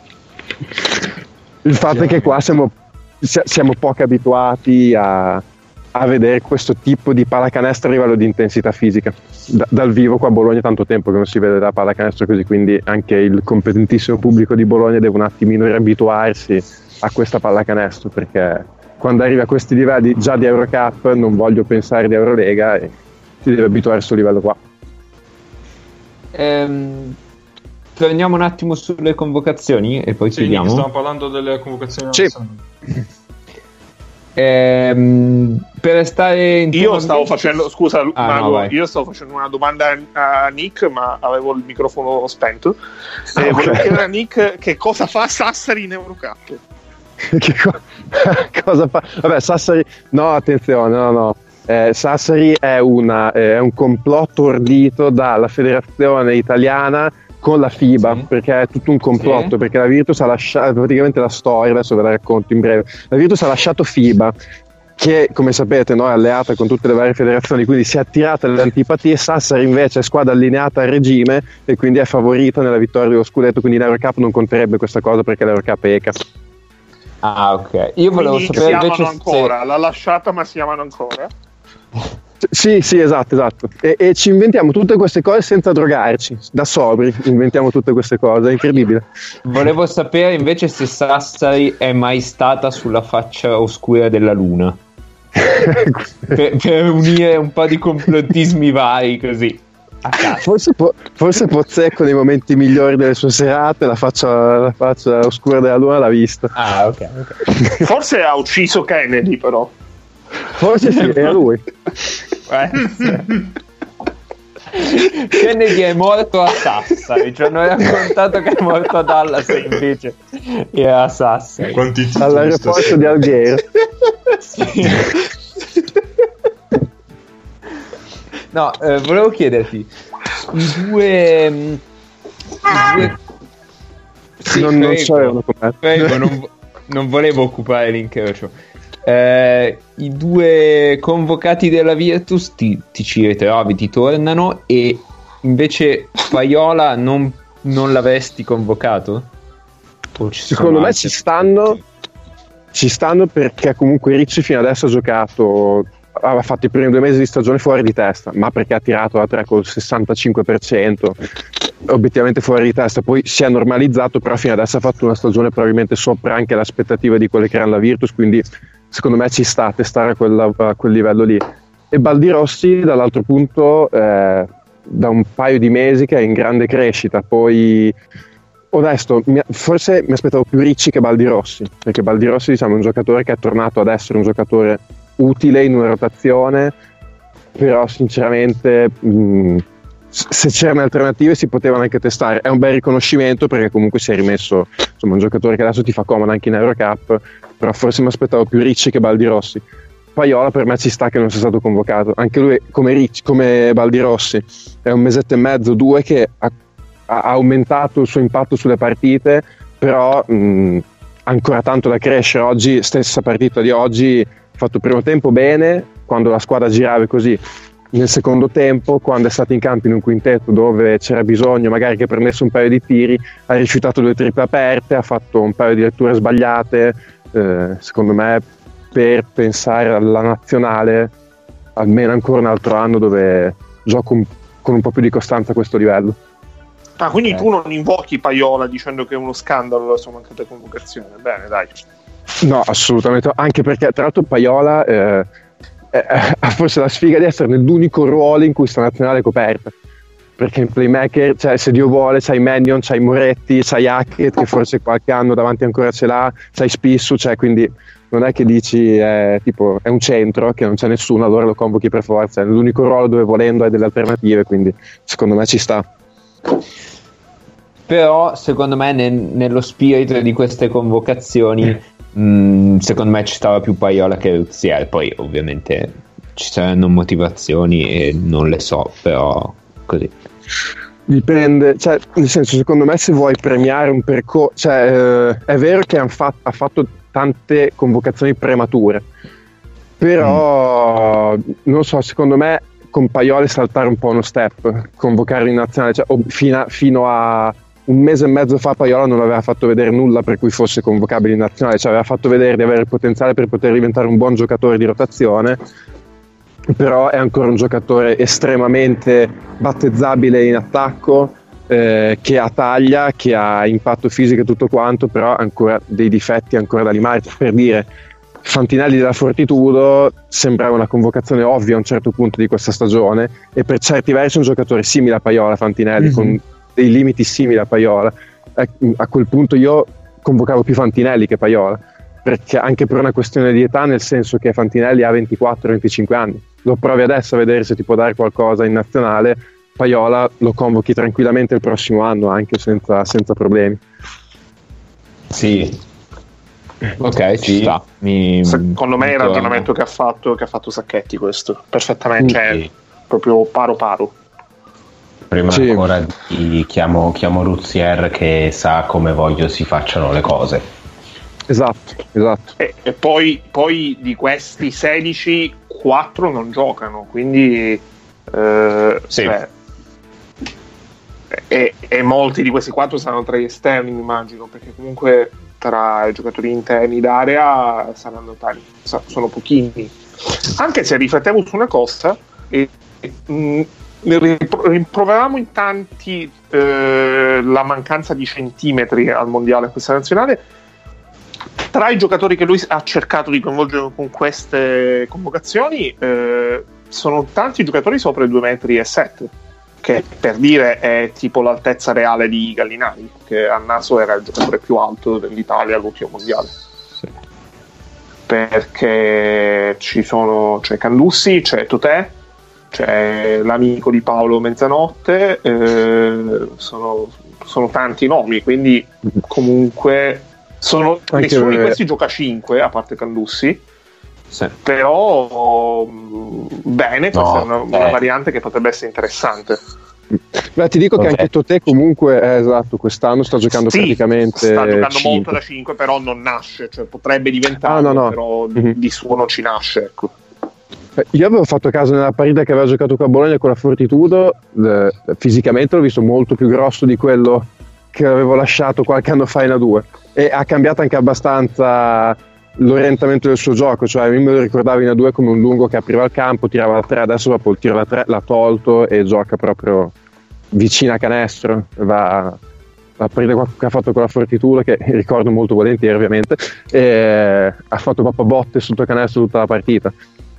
Il fatto è che qua siamo, si- siamo poco abituati a, a vedere questo tipo di pallacanestro a livello di intensità fisica. Da- dal vivo qua a Bologna è tanto tempo che non si vede la pallacanestro così, quindi anche il competentissimo pubblico di Bologna deve un attimino riabituarsi a questa pallacanestro, perché quando arrivi a questi livelli già di Eurocup, non voglio pensare di Eurolega, e si deve abituare a questo livello qua. Ehm, torniamo un attimo sulle convocazioni e poi Sì, chiudiamo. stiamo parlando delle convocazioni Sì. nazionali. Ehm, per restare in Io tema stavo ambiente- facendo, scusa Ah, Mago, no, vai. io stavo facendo una domanda a Nick, ma avevo il microfono spento. Ah, E ok. volevo chiedere a Nick che cosa fa Sassari in Eurocup. Che co- cosa fa? Vabbè, Sassari, no, attenzione, no, no. Eh, Sassari è, una, eh, è un complotto ordito dalla federazione italiana con la FIBA, Sì. perché è tutto un complotto, Sì. perché la Virtus ha lasciato, praticamente la storia, adesso ve la racconto in breve, la Virtus ha lasciato FIBA, che come sapete, no, è alleata con tutte le varie federazioni, quindi si è attirata alle antipatie. Sassari invece è squadra allineata al regime e quindi è favorita nella vittoria dello scudetto, quindi in Eurocup non conterebbe questa cosa perché l'Eurocup è E C A. Ah, ok. Io volevo Quindi si sapere amano invece ancora, l'ha lasciata ma si amano ancora. Sì, sì, esatto, esatto. E, e ci inventiamo tutte queste cose senza drogarci, da sobri, inventiamo tutte queste cose, è incredibile. se, volevo sapere invece se Sassari è mai stata sulla faccia oscura della luna. per, per unire un po' di complottismi vari così. A caso. Forse, po- forse Pozzecco nei momenti migliori delle sue serate la faccia, la faccia oscura della luna l'ha vista. Ah, ok, ok. Forse ha ucciso Kennedy, però. Forse sì, era lui. Kennedy è morto a Sassari, ci hanno raccontato che è morto a Dallas e invece era a Sassari. Quanti titoli All'aeroporto stasera. di Alghero. Sì. No, eh, volevo chiederti i due, mm, i due... Sì, non, non prego, so, erano com'è. prego, non, vo- non volevo occupare l'incrocio. Eh, I due convocati della Virtus ti, ti ci ritrovi, ti tornano, e invece Paiola non, non l'avresti convocato? O ci sono Secondo me altri ci stanno, ci stanno perché comunque Ricci fino adesso ha giocato, aveva fatto i primi due mesi di stagione fuori di testa, ma perché ha tirato la tre col sessantacinque per cento, obiettivamente fuori di testa. Poi si è normalizzato, però fino adesso ha fatto una stagione probabilmente sopra anche le aspettative di quelle che erano la Virtus, quindi secondo me ci sta a testare a, quella- a quel livello lì. E Baldirossi dall'altro punto eh, da un paio di mesi che è in grande crescita. Poi onesto, mi- forse mi aspettavo più Ricci che Baldirossi, perché Baldirossi, diciamo, è un giocatore che è tornato ad essere un giocatore utile in una rotazione, però sinceramente mh, s- se c'erano alternative si potevano anche testare. È un bel riconoscimento perché comunque si è rimesso, insomma, un giocatore che adesso ti fa comodo anche in Eurocup, però forse mi aspettavo più Ricci che Baldirossi. Paiola per me ci sta che non sia stato convocato, anche lui come, Ricci, come Baldirossi è un mesetto e mezzo, due che ha, ha aumentato il suo impatto sulle partite, però mh, ancora tanto da crescere. Oggi, stessa partita di oggi, ha fatto il primo tempo bene quando la squadra girava e così. Nel secondo tempo, quando è stato in campo in un quintetto dove c'era bisogno magari che prendesse un paio di tiri, ha rifiutato due triple aperte, ha fatto un paio di letture sbagliate. Eh, secondo me, per pensare alla nazionale, almeno ancora un altro anno dove gioco un- con un po' più di costanza a questo livello. Ah, quindi Ok. tu non invochi Paiola dicendo che è uno scandalo la sua mancata convocazione. Bene, dai. No, assolutamente, anche perché tra l'altro Paiola eh, eh, ha forse la sfiga di essere l'unico ruolo in cui sta nazionale coperta, perché in playmaker, cioè, se Dio vuole, c'hai Mannion, c'hai Moretti, c'hai Hackett che forse qualche anno davanti ancora ce l'ha, c'hai Spissu, cioè, quindi non è che dici eh, tipo è un centro che non c'è nessuno, allora lo convochi per forza, è l'unico ruolo dove volendo hai delle alternative, quindi secondo me ci sta. Però secondo me nel- nello spirito di queste convocazioni mh, secondo me ci stava più Paiola che Ruzier. Poi ovviamente ci saranno motivazioni e non le so, però così. Dipende, cioè, nel senso, secondo me se vuoi premiare un percorso, cioè, eh, è vero che han fatto, ha fatto tante convocazioni premature, però non so, secondo me con Paiola saltare un po' uno step, convocarlo in nazionale, cioè, o fino, a, fino a un mese e mezzo fa Paiola non aveva fatto vedere nulla per cui fosse convocabile in nazionale, cioè aveva fatto vedere di avere il potenziale per poter diventare un buon giocatore di rotazione, però è ancora un giocatore estremamente battezzabile in attacco, eh, che ha taglia, che ha impatto fisico e tutto quanto, però ha ancora dei difetti ancora da limare. Per dire, Fantinelli della Fortitudo sembrava una convocazione ovvia a un certo punto di questa stagione, e per certi versi un giocatore simile a Paiola, Fantinelli, Mhm. con dei limiti simili a Paiola. Eh, a quel punto io convocavo più Fantinelli che Paiola, perché anche per una questione di età, nel senso che Fantinelli ha ventiquattro venticinque anni, lo provi adesso a vedere se ti può dare qualcosa in nazionale. Paiola lo convochi tranquillamente il prossimo anno anche senza, senza problemi. Sì. Ok, ci Sì. sta. Mi- Secondo me è il mi ragionamento che ha fatto, che ha fatto Sacchetti questo, perfettamente, cioè, Sì. proprio paro paro. Prima Sì. ancora di chiamo, chiamo Ruzier che sa come voglio si facciano le cose. Esatto, esatto. E, e poi, poi di questi sedici, quattro non giocano, quindi eh, Sì. cioè, e, e molti di questi quattro saranno tra gli esterni, immagino, perché comunque tra i giocatori interni d'area saranno tali, sa- sono pochini. Anche se riflettevo su una cosa e, e, mh, rimpro- rimproveravamo in tanti eh, la mancanza di centimetri al mondiale questa nazionale. Tra i giocatori che lui ha cercato di coinvolgere con queste convocazioni eh, sono tanti giocatori sopra i due metri e sette, che per dire è tipo l'altezza reale di Gallinari, che a naso era il giocatore più alto dell'Italia all'ultimo mondiale. Perché ci sono, c'è Candussi, c'è Totè, c'è l'amico di Paolo Mezzanotte, eh, sono, sono tanti nomi, quindi comunque sono, Anche nessuno di per- questi gioca cinque a parte Candussi, Sì. però mh, bene, questa No, è una, una eh. variante che potrebbe essere interessante. Beh, ti dico che Ok. anche Totè comunque, eh, esatto, questano sta giocando Sì, praticamente sta giocando cinque. molto da cinque, però non nasce, cioè potrebbe diventare, Ah, no, no. però Mhm. di suo non ci nasce, ecco. Eh, Io avevo fatto caso nella partita che aveva giocato con a Bologna con la Fortitudo, eh, fisicamente l'ho visto molto più grosso di quello che avevo lasciato qualche anno fa in A due, e ha cambiato anche abbastanza l'orientamento del suo gioco, cioè io me lo ricordavo in A due come un lungo che apriva il campo, tirava la tre, adesso dopo il tiro da tre l'ha tolto e gioca proprio vicino a canestro. Va la partita che ha fatto con la Fortitudo, che ricordo molto volentieri ovviamente, e ha fatto proprio botte sotto canestro tutta la partita.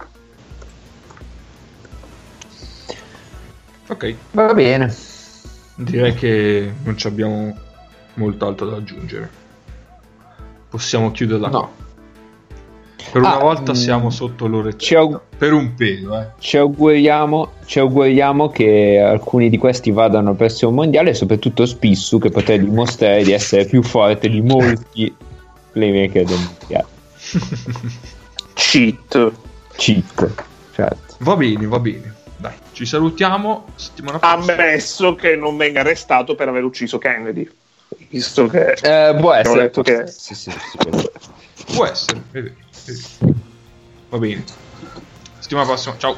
Ok, Va bene. direi che non ci abbiamo molto altro da aggiungere. Possiamo chiuderla No. qua. Per una Ah, volta mm, siamo sotto ci l'orecchio. aug- Per un pelo, eh. Ci auguriamo, ci auguriamo che alcuni di questi vadano al prossimo mondiale, e soprattutto Spissu, che potrà dimostrare di essere più forte di molti playmaker del mondiale. Cheat. Cheat, certo. Va bene, va bene. Dai, ci salutiamo. Settimana prossima. Ammesso che non venga arrestato per aver ucciso Kennedy, visto che Eh, può ho essere. letto che Sì, sì, sì, può essere. Può essere, è vero, è vero. Va bene. Settimana prossima, ciao.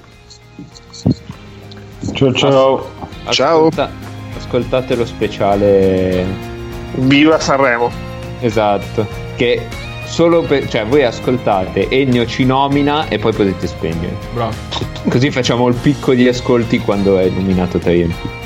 Ciao ciao. Ciao. Ascolta- ascoltate lo speciale. viva Sanremo. Esatto. Che solo per. Cioè, voi ascoltate, Ennio ci nomina e poi potete spegnere. Bravo. Così facciamo il picco di ascolti quando è nominato tre M P.